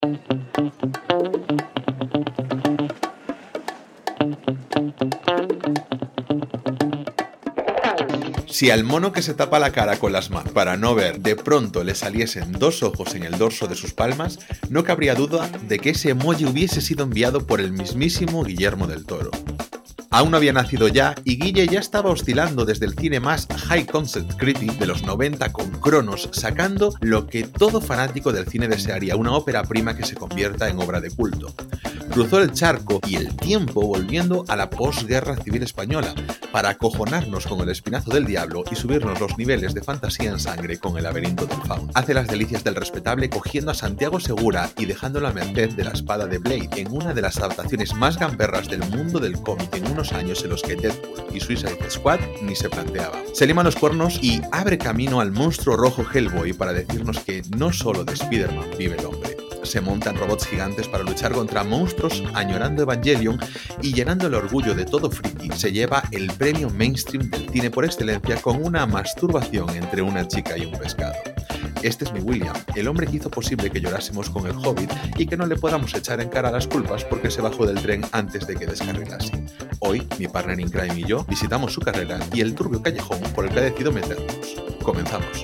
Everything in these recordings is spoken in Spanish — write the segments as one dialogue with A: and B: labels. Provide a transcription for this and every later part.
A: Si al mono que se tapa la cara con las manos para no ver de pronto le saliesen dos ojos en el dorso de sus palmas, no cabría duda de que ese emoji hubiese sido enviado por el mismísimo Guillermo del Toro. Aún no había nacido ya y Guille ya estaba oscilando desde el cine más high concept critic de los 90 con Cronos, sacando lo que todo fanático del cine desearía, una ópera prima que se convierta en obra de culto. Cruzó el charco y el tiempo volviendo a la posguerra civil española para acojonarnos con el espinazo del diablo y subirnos los niveles de fantasía en sangre con el laberinto del fauno. Hace las delicias del respetable cogiendo a Santiago Segura y dejándolo a merced de la espada de Blade en una de las adaptaciones más gamberras del mundo del cómic en unos años en los que Deadpool y Suicide Squad ni se planteaba. Se lima los cuernos y abre camino al monstruo rojo Hellboy para decirnos que no solo de Spider-Man vive el hombre. Se montan robots gigantes para luchar contra monstruos añorando Evangelion y llenando el orgullo de todo friki se lleva el premio mainstream del cine por excelencia con una masturbación entre una chica y un pescado. Este es mi William, el hombre que hizo posible que llorásemos con el Hobbit y que no le podamos echar en cara las culpas porque se bajó del tren antes de que descarrilase. Hoy, mi partner in crime y yo visitamos su carrera y el turbio callejón por el que ha decidido meternos. Comenzamos.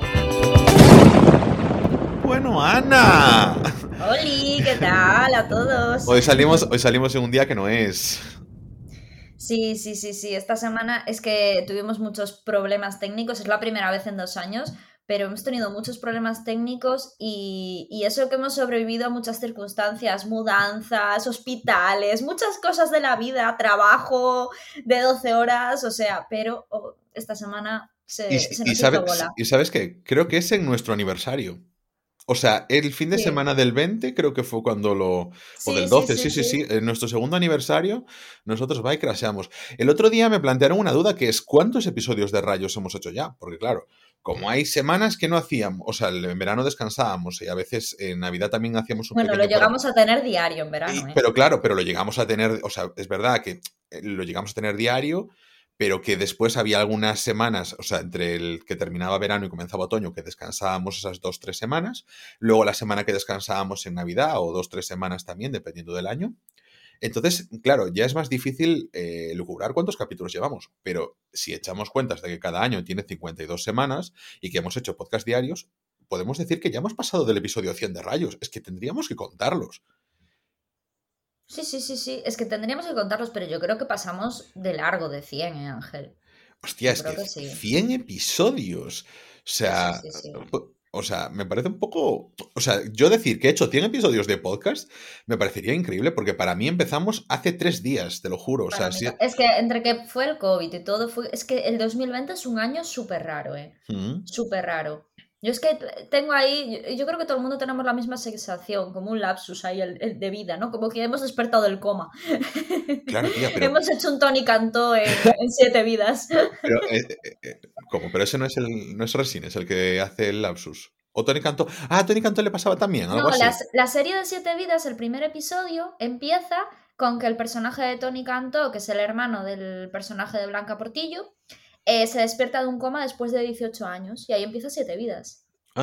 A: Bueno, Ana.
B: ¡Holi! ¿Qué tal a todos?
A: Hoy salimos en un día que no es.
B: Sí. Esta semana es que tuvimos muchos problemas técnicos. Es la primera vez en 2 años, pero hemos tenido muchos problemas técnicos y eso que hemos sobrevivido a muchas circunstancias, mudanzas, hospitales, muchas cosas de la vida, trabajo de 12 horas, o sea, pero esta semana se nos hizo bola.
A: Y sabes qué, creo que es en nuestro aniversario. O sea, el fin de semana del 20 creo que fue cuando o del 12, sí. En nuestro segundo aniversario nosotros va y crasheamos. El otro día me plantearon una duda que es ¿cuántos episodios de Rayos hemos hecho ya? Porque claro, como hay semanas que no hacíamos, o sea, en verano descansábamos y a veces en Navidad también hacíamos un
B: pequeño... Bueno, lo llegamos a tener diario en verano.
A: Pero claro, pero lo llegamos a tener, o sea, es verdad que lo llegamos a tener diario, pero que después había algunas semanas, o sea, entre el que terminaba verano y comenzaba otoño, que descansábamos esas 2-3 semanas, luego la semana que descansábamos en Navidad, o 2-3 semanas también, dependiendo del año. Entonces, claro, ya es más difícil lucubrar cuántos capítulos llevamos, pero si echamos cuentas de que cada año tiene 52 semanas y que hemos hecho podcast diarios, podemos decir que ya hemos pasado del episodio 100 de Rayos, es que tendríamos que contarlos.
B: Sí, es que tendríamos que contarlos, pero yo creo que pasamos de largo de 100, Ángel.
A: Hostia, es que sí. 100 episodios. O sea,
B: sí.
A: O sea, me parece un poco... O sea, yo decir que he hecho 100 episodios de podcast me parecería increíble porque para mí empezamos hace 3 días, te lo juro. O sea,
B: es que entre que fue el COVID y todo, es que el 2020 es un año súper raro, súper raro. Yo es que tengo ahí, yo creo que todo el mundo tenemos la misma sensación, como un lapsus ahí el de vida, ¿no? Como que hemos despertado del coma.
A: Claro, tía, pero...
B: Hemos hecho un Tony Cantó en 7 vidas.
A: Pero, ¿cómo? Pero ese no es Resines el que hace el lapsus. ¿O Tony Cantó? Ah, a Tony Cantó le pasaba también, algo así.
B: La serie de 7 vidas, el primer episodio, empieza con que el personaje de Tony Cantó, que es el hermano del personaje de Blanca Portillo, se despierta de un coma después de 18 años y ahí empieza 7 vidas.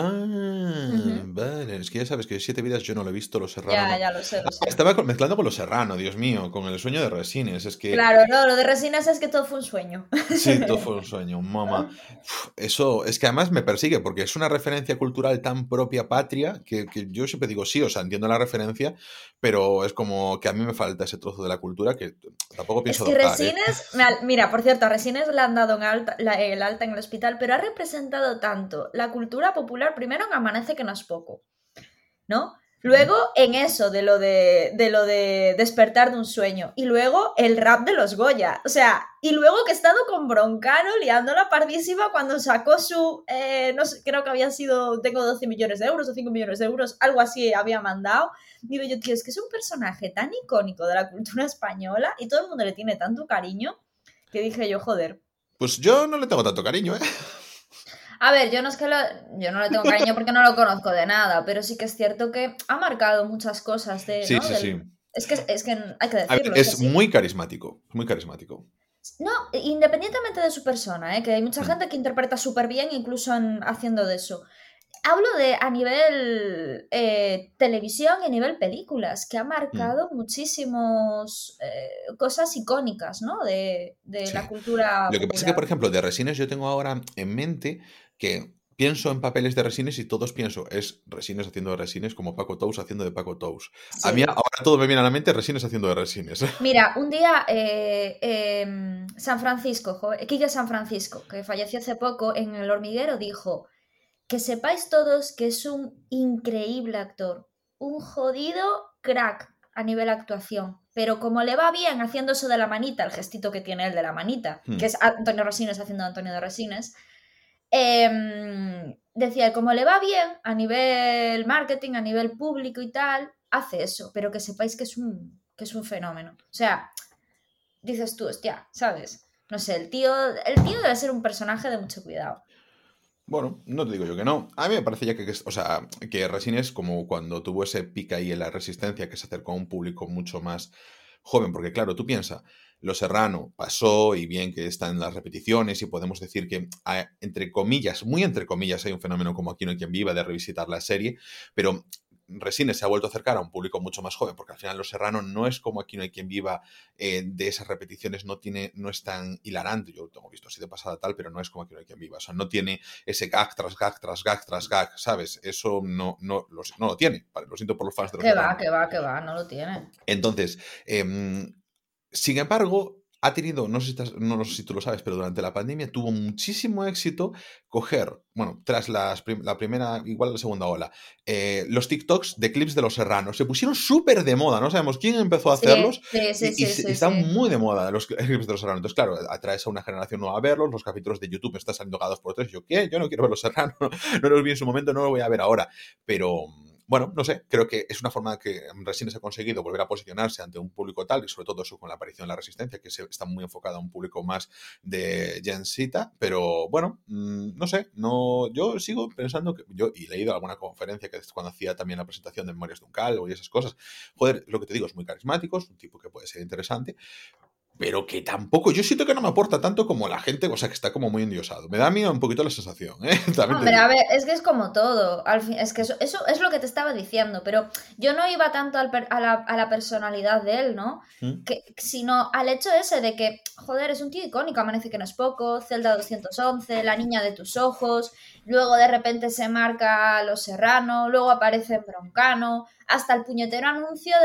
A: Vale, es que ya sabes que 7 vidas yo no lo he visto, Los Serrano.
B: Ya lo sé.
A: Estaba mezclando con Los Serrano, Dios mío, con El sueño de Resines, es que...
B: Claro, no, lo de Resines es que todo fue un sueño.
A: Sí, todo fue un sueño, mamá. Eso es que además me persigue porque es una referencia cultural tan propia patria que yo siempre digo sí, o sea, entiendo la referencia, pero es como que a mí me falta ese trozo de la cultura que tampoco pienso
B: adoptar. Es que Resines, mira, por cierto, a Resines le han dado el alta en el hospital, pero ha representado tanto la cultura popular, primero en Amanece, que no es poco, ¿no? Luego en eso, de lo de despertar de un sueño. Y luego el rap de los Goya. O sea, y luego que he estado con Broncano liándola pardísima cuando sacó su... no sé, creo que había sido... Tengo 12 millones de euros o 5 millones de euros. Algo así había mandado. Digo yo, tío, es que es un personaje tan icónico de la cultura española y todo el mundo le tiene tanto cariño que dije yo, joder.
A: Pues yo no le tengo tanto cariño, ¿eh?
B: A ver, yo no le tengo cariño porque no lo conozco de nada, pero sí que es cierto que ha marcado muchas cosas de...
A: Sí,
B: ¿no?
A: sí.
B: Es que hay que decirlo.
A: Ver, es muy carismático, muy carismático.
B: No, independientemente de su persona, que hay mucha gente que interpreta súper bien incluso haciendo de eso. hablo de a nivel televisión y a nivel películas, que ha
A: Mm,
B: marcado muchísimos cosas icónicas, ¿no? De la
A: sí.
B: cultura
A: Lo que pasa es que,
B: popular.
A: por ejemplo, de Resines yo tengo ahora en mente que pienso en papeles de Resines y todos pienso, es Resines haciendo de Resines como Paco Tous haciendo de Paco Tous. A mí
B: Sí.
A: ahora todo me viene a la mente Resines haciendo de Resines.
B: Mira, un día San Francisco, Quique San Francisco, que falleció hace poco en El Hormiguero, dijo: que sepáis todos que es un increíble actor, un jodido crack a nivel actuación, pero como le va bien haciendo eso de la manita, el gestito que tiene él de la manita, que
A: Hmm.
B: es Antonio Resines haciendo a Antonio de Resines, decía, como le va bien a nivel marketing, a nivel público y tal, hace eso, pero que sepáis que es un fenómeno. O sea, dices tú, hostia, ¿sabes? No sé, el tío debe ser un personaje de mucho cuidado.
A: Bueno, no te digo yo que no. A mí me parece ya o sea, que Resines, como cuando tuvo ese pica ahí en la Resistencia, que se acercó a un público mucho más joven, porque claro, tú piensas, Lo Serrano pasó y bien que está en las repeticiones y podemos decir que, entre comillas, muy entre comillas, hay un fenómeno como Aquí no hay quien viva de revisitar la serie, pero Resines se ha vuelto a acercar a un público mucho más joven, porque al final Los Serrano no es como Aquí no hay quien viva, de esas repeticiones, no es tan hilarante. Yo lo tengo visto así de pasada tal, pero no es como Aquí no hay quien viva. O sea, no tiene ese gag tras gag tras gag tras gag, ¿sabes? Eso no lo tiene. Vale, lo siento por los fans de Los
B: Que va,
A: Serrano.
B: que va, que va, no lo tiene.
A: Entonces, sin embargo, ha tenido, no sé si tú lo sabes, pero durante la pandemia tuvo muchísimo éxito coger, bueno, tras la primera, igual la segunda ola, los TikToks de clips de Los Serranos. Se pusieron súper de moda, no sabemos quién empezó a hacerlos
B: Sí, sí, sí, sí, sí,
A: están
B: sí.
A: muy de moda los clips de Los Serranos. Entonces, claro, atraes a una generación nueva a verlos, los capítulos de YouTube están saliendo cada 2 por 3. Yo, ¿qué? Yo no quiero ver Los Serranos, no los vi en su momento, no lo voy a ver ahora. Pero bueno, no sé, creo que es una forma que Resines ha conseguido volver a posicionarse ante un público tal, y sobre todo eso con la aparición de la Resistencia, que está muy enfocada a un público más de Gen Z, pero bueno, no sé, no, yo sigo pensando que, yo he leído alguna conferencia que es cuando hacía también la presentación de Memorias de un Calvo y esas cosas, joder, lo que te digo, es muy carismático, es un tipo que puede ser interesante, pero que tampoco, yo siento que no me aporta tanto como la gente, o sea, que está como muy endiosado. Me da miedo un poquito la sensación, ¿eh? También te
B: Hombre, a
A: digo.
B: ver, es que es como todo. Al fin, es que eso es lo que te estaba diciendo, pero yo no iba tanto a la personalidad de él, ¿no?
A: ¿Mm?
B: Sino al hecho ese de que, joder, es un tío icónico, Amanece que no es poco, Zelda 211, La niña de tus ojos, luego de repente se marca Los Serrano, luego aparece en Broncano, hasta el puñetero anuncio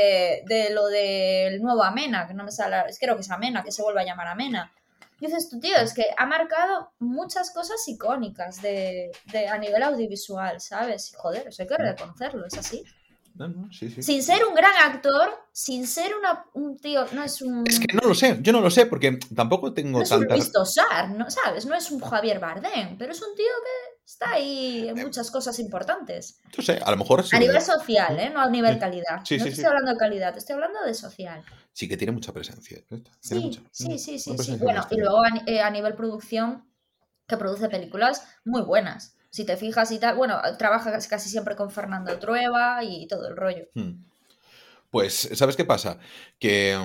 B: de lo del nuevo Amena, que no me sale, creo que es Amena, que se vuelve a llamar Amena. Y dices tú, tío, es que ha marcado muchas cosas icónicas a nivel audiovisual, ¿sabes? Y joder, eso hay que
A: ¿Mm?
B: reconocerlo, es así.
A: No, no, sí, sí.
B: Sin ser un gran actor, sin ser un tío,
A: Es que no lo sé, yo no lo sé, porque tampoco
B: no
A: tengo
B: es un
A: tanta...
B: Luis Tosar, ¿no? ¿Sabes? No es un Javier Bardem, pero es un tío que está ahí en
A: eh,
B: muchas cosas importantes.
A: no sé, a lo mejor
B: A
A: sí le
B: nivel
A: veo.
B: social, ¿eh? No a nivel
A: Sí,
B: calidad.
A: sí,
B: No
A: sí,
B: te estoy
A: sí.
B: hablando de calidad, te estoy hablando de social.
A: Sí que tiene mucha presencia. Tiene mucha,
B: Sí, sí, sí,
A: una
B: sí, sí.
A: presencia en la
B: Bueno, y
A: escena.
B: luego a nivel producción, que produce películas muy buenas. Si te fijas y tal, bueno, trabaja casi siempre con Fernando Trueba y todo el rollo.
A: Hmm. Pues, ¿sabes qué pasa? Que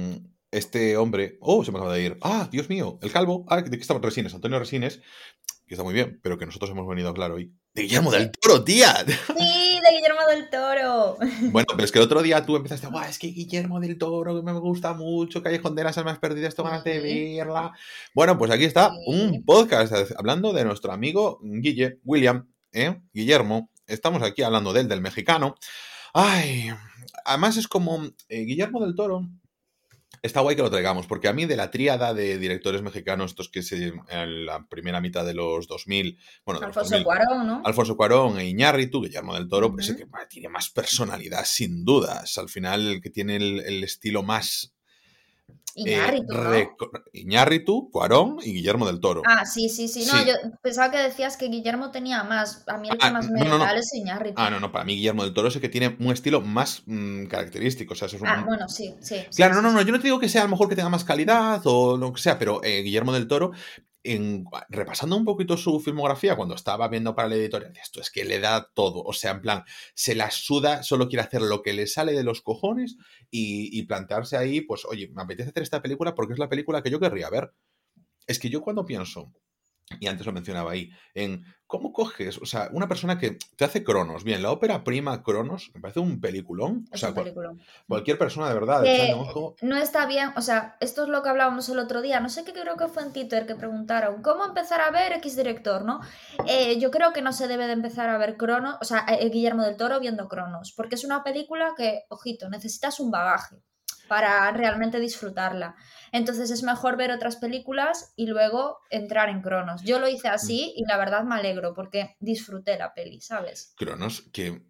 A: este hombre... Oh, se me acaba de ir. Ah, Dios mío, el calvo. Ah, ¿de qué estaba? Resines, Antonio Resines, que está muy bien, pero que nosotros hemos venido a hablar hoy. ¡De Guillermo del
B: Sí,
A: Toro, tía!
B: sí, de Guillermo del Toro.
A: Bueno, pero es que el otro día tú empezaste, guau, es que Guillermo del Toro, que me gusta mucho, Callejón de las Almas Perdidas, tengo ganas de
B: Sí,
A: verla. Bueno, pues aquí está un
B: sí.
A: podcast hablando de nuestro amigo William, Guillermo. Estamos aquí hablando del mexicano. Ay, además es como Guillermo del Toro. Está guay que lo traigamos, porque a mí de la tríada de directores mexicanos, estos que en la primera mitad de los 2000, bueno, de los
B: Alfonso
A: 2000,
B: Cuarón, ¿no?
A: Alfonso Cuarón e Iñárritu, Guillermo del Toro, ese
B: Ujú.
A: que tiene más personalidad, sin dudas. Al final, el que tiene el estilo más...
B: Iñárritu, ¿no?
A: Iñárritu, Cuarón y Guillermo del Toro.
B: Ah, sí, sí, sí. No, yo
A: Sí.
B: pensaba que decías que Guillermo tenía más. A mí el que más
A: No,
B: me
A: no,
B: tal
A: no.
B: es Iñárritu.
A: No, para mí Guillermo del Toro es el que tiene un estilo más característico. O sea, eso es
B: Ah, bueno, sí, sí, sí,
A: claro, no,
B: sí,
A: no,
B: sí.
A: no, yo no te digo que sea a lo mejor que tenga más calidad o lo que sea, pero Guillermo del Toro, repasando un poquito su filmografía, cuando estaba viendo para la editorial, esto es que le da todo, o sea, en plan, se la suda, solo quiere hacer lo que le sale de los cojones y plantearse ahí, pues, oye, me apetece hacer esta película porque es la película que yo querría ver. Es que yo cuando pienso y antes lo mencionaba ahí, en cómo coges, o sea, una persona que te hace Cronos, bien, la ópera prima Cronos, me parece un peliculón, o
B: Es
A: sea,
B: un película.
A: cualquier persona de verdad, echarle un
B: Que
A: ojo.
B: no está bien, o sea, esto es lo que hablábamos el otro día, no sé qué creo que fue en Twitter que preguntaron, ¿cómo empezar a ver X director, no? Yo creo que no se debe de empezar a ver Cronos, o sea, Guillermo del Toro viendo Cronos, porque es una película que, ojito, necesitas un bagaje para realmente disfrutarla. Entonces es mejor ver otras películas y luego entrar en Cronos. Yo lo hice así y la verdad me alegro porque disfruté la peli, ¿sabes?
A: Cronos, que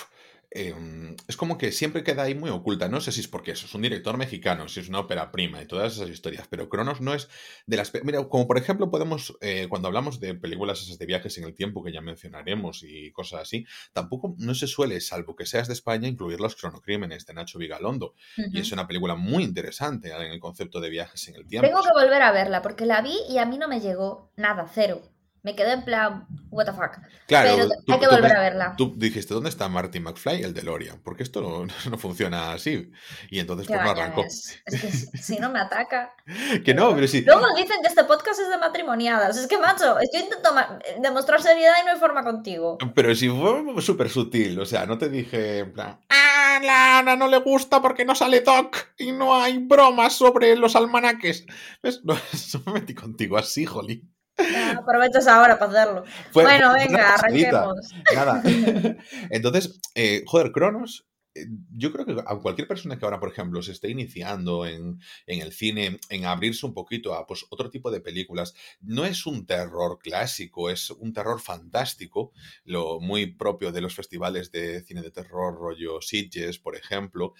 A: es como que siempre queda ahí muy oculta. No sé si es porque eso es un director mexicano, si es una ópera prima y todas esas historias, pero Cronos no es de las... Mira, como por ejemplo podemos, cuando hablamos de películas esas de viajes en el tiempo que ya mencionaremos y cosas así, tampoco no se suele, salvo que seas de España, incluir los cronocrímenes de Nacho Vigalondo. Y es
B: Ujú.
A: una película muy interesante en el concepto de viajes en el tiempo.
B: Tengo que volver a verla porque la vi y a mí no me llegó nada, cero. Me quedé en plan, what the fuck. Pero
A: Claro,
B: hay que volver a verla.
A: tú dijiste, ¿dónde está Marty McFly? El DeLorean, porque esto no, no funciona así. Y entonces
B: Qué
A: pues no
B: gañán
A: arrancó.
B: es que si no me ataca.
A: Que
B: Qué
A: no,
B: horror.
A: pero sí.
B: Luego dicen que este podcast es de matrimoniadas. Es que, macho, yo intento demostrar seriedad y no hay forma contigo.
A: Pero si fue súper sutil, o sea, no te dije en plan, a la Ana no le gusta porque no sale Doc y no hay bromas sobre los almanaques. ¿Ves? No, eso me metí contigo así, jolín.
B: Ya, aprovechas ahora para hacerlo.
A: Fue
B: Bueno,
A: una
B: venga,
A: pasadita.
B: arranquemos.
A: Nada. Entonces, joder, Cronos, yo creo que a cualquier persona que ahora, por ejemplo, se esté iniciando en el cine, en abrirse un poquito a pues, otro tipo de películas, no es un terror clásico, es un terror fantástico, lo muy propio de los festivales de cine de terror, rollo Sitges, por ejemplo,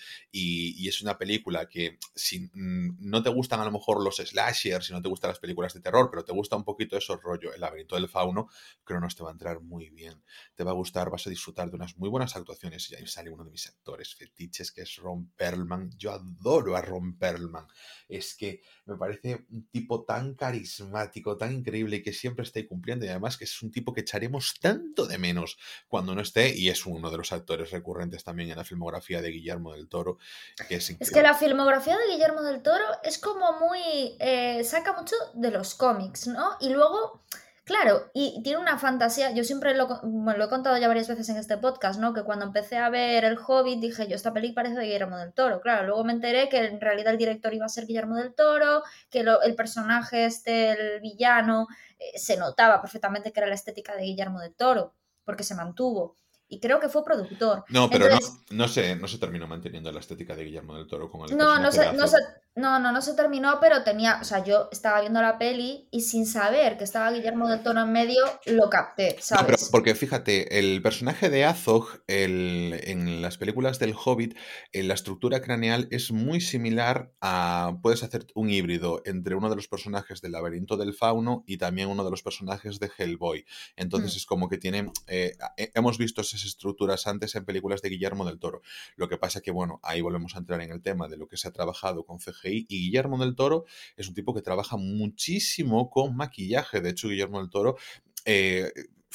A: y es una película que si no te gustan a lo mejor los slashers, si no te gustan las películas de terror, pero te gusta un poquito eso rollo, El laberinto del fauno, Cronos te va a entrar muy bien, te va a gustar, vas a disfrutar de unas muy buenas actuaciones. Y ahí sale uno de mis actores fetiches, que es Ron Perlman. Yo adoro a Ron Perlman. Es que me parece un tipo tan carismático, tan increíble y que siempre está ahí cumpliendo. Y además que es un tipo que echaremos tanto de menos cuando no esté. Y es uno de los actores recurrentes también en la filmografía de Guillermo del Toro, que es
B: Es que
A: increíble.
B: la filmografía de Guillermo del Toro es como muy... saca mucho de los cómics, ¿no? Y luego, claro, y tiene una fantasía, yo siempre bueno, lo he contado ya varias veces en este podcast, ¿no? Que cuando empecé a ver El Hobbit dije yo, esta peli parece de Guillermo del Toro. Claro, luego me enteré que en realidad el director iba a ser Guillermo del Toro, que el personaje este, el villano, se notaba perfectamente que era la estética de Guillermo del Toro, porque se mantuvo. Y creo que fue productor.
A: No, pero
B: Entonces,
A: no se terminó manteniendo la estética de Guillermo del Toro con el
B: no,
A: personaje de Azog.
B: no se terminó, pero tenía, o sea, yo estaba viendo la peli y sin saber que estaba Guillermo del Toro en medio, lo capté,
A: No, pero
B: ¿sabes?
A: porque fíjate, el personaje de Azog en las películas del Hobbit, en la estructura craneal es muy similar a... Puedes hacer un híbrido entre uno de los personajes del Laberinto del Fauno y también uno de los personajes de Hellboy. Entonces
B: Mm.
A: es como que tienen... hemos visto esas estructuras antes en películas de Guillermo del Toro. Lo que pasa que, bueno, ahí volvemos a entrar en el tema de lo que se ha trabajado con CGI y Guillermo del Toro es un tipo que trabaja muchísimo con maquillaje. De hecho, Guillermo del Toro... eh,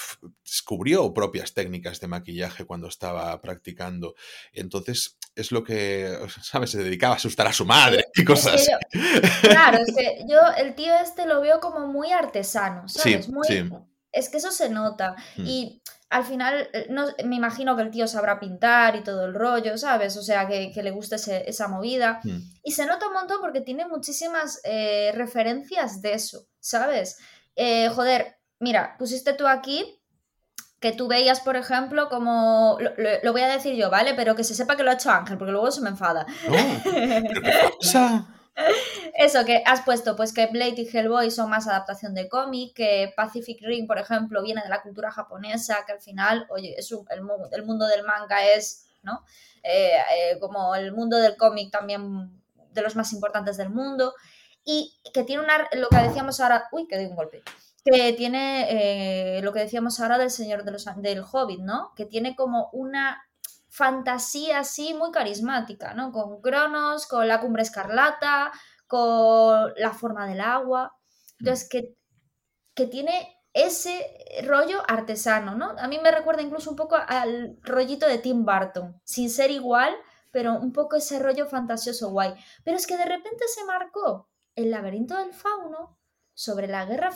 A: descubrió propias técnicas de maquillaje cuando estaba practicando. Entonces, es lo que, ¿sabes? Se dedicaba a asustar a su madre y
B: Es que
A: cosas
B: yo,
A: así.
B: claro, es que yo el tío este lo veo como muy artesano, ¿sabes?
A: Sí,
B: Muy,
A: sí.
B: es que eso se nota.
A: Mm,
B: Y al final, no, me imagino que el tío sabrá pintar y todo el rollo, ¿sabes? O sea, que le gusta esa movida.
A: mm.
B: Y se nota un montón porque tiene muchísimas referencias de eso, ¿sabes? Joder, mira, pusiste tú aquí que tú veías, por ejemplo, como... Lo voy a decir yo, ¿vale? Pero que se sepa que lo ha hecho Ángel, porque luego se me enfada.
A: No, pero ¿qué pasa?
B: Eso, que has puesto, pues que Blade y Hellboy son más adaptación de cómic, que Pacific Rim, por ejemplo, viene de la cultura japonesa, que al final, oye, el mundo del manga es, ¿no? Como el mundo del cómic también de los más importantes del mundo. Y que tiene lo que decíamos ahora, uy, que doy un golpe, que tiene lo que decíamos ahora del Señor del Hobbit, ¿no? Que tiene como una fantasía así muy carismática, ¿no? Con Cronos, con la Cumbre Escarlata, con la forma del agua.
A: Mm.
B: Entonces, que tiene ese rollo artesano, ¿no? A mí me recuerda incluso un poco al rollito de Tim Burton, sin ser igual, pero un poco ese rollo fantasioso guay. Pero es que de repente se marcó el laberinto del fauno, sobre la guerra,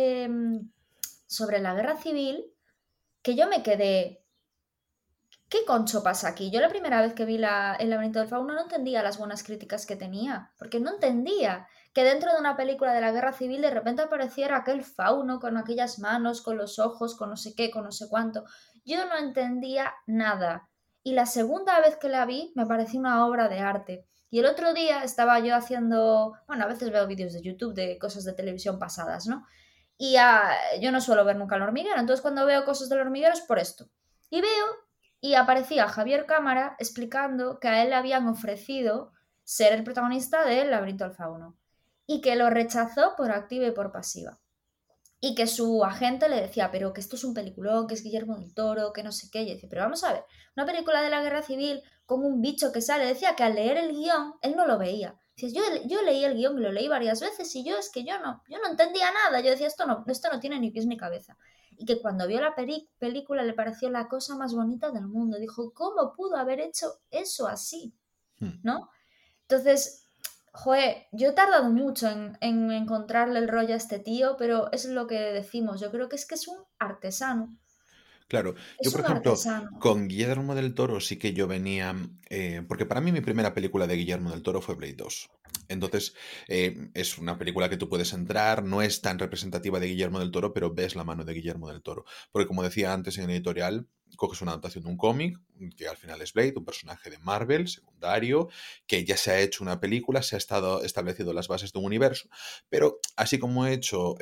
B: sobre la guerra civil, que yo me quedé, ¿qué concho pasa aquí? Yo la primera vez que vi El laberinto del fauno no entendía las buenas críticas que tenía, porque no entendía que dentro de una película de la guerra civil de repente apareciera aquel fauno con aquellas manos, con los ojos, con no sé qué, con no sé cuánto. Yo no entendía nada. Y la segunda vez que la vi me pareció una obra de arte. Y el otro día estaba yo haciendo, bueno, a veces veo vídeos de YouTube de cosas de televisión pasadas, ¿no? Y yo no suelo ver nunca el hormiguero, entonces cuando veo cosas del hormiguero es por esto. Y veo y aparecía Javier Cámara explicando que a él le habían ofrecido ser el protagonista de El laberinto del fauno y que lo rechazó por activa y por pasiva. Y que su agente le decía, pero que esto es un peliculón, que es Guillermo del Toro, que no sé qué. Y decía, pero vamos a ver, una película de la guerra civil con un bicho que sale. Decía que al leer el guión, él no lo veía. Decía, yo leí el guión y lo leí varias veces y es que yo no entendía nada. Yo decía, esto no tiene ni pies ni cabeza. Y que cuando vio la película le pareció la cosa más bonita del mundo. Dijo, ¿cómo pudo haber hecho eso así? ¿No? Entonces, joder, yo he tardado mucho en encontrarle el rollo a este tío, pero es lo que decimos. Yo creo que es un artesano.
A: Claro, yo
B: Es
A: por
B: un
A: ejemplo,
B: artesano.
A: con Guillermo del Toro sí que yo venía, porque para mí mi primera película de Guillermo del Toro fue Blade 2. Entonces, es una película que tú puedes entrar, no es tan representativa de Guillermo del Toro, pero ves la mano de Guillermo del Toro. Porque como decía antes en el editorial, coges una adaptación de un cómic, que al final es Blade, un personaje de Marvel, secundario, que ya se ha hecho una película, se ha estado establecido las bases de un universo, pero así como he hecho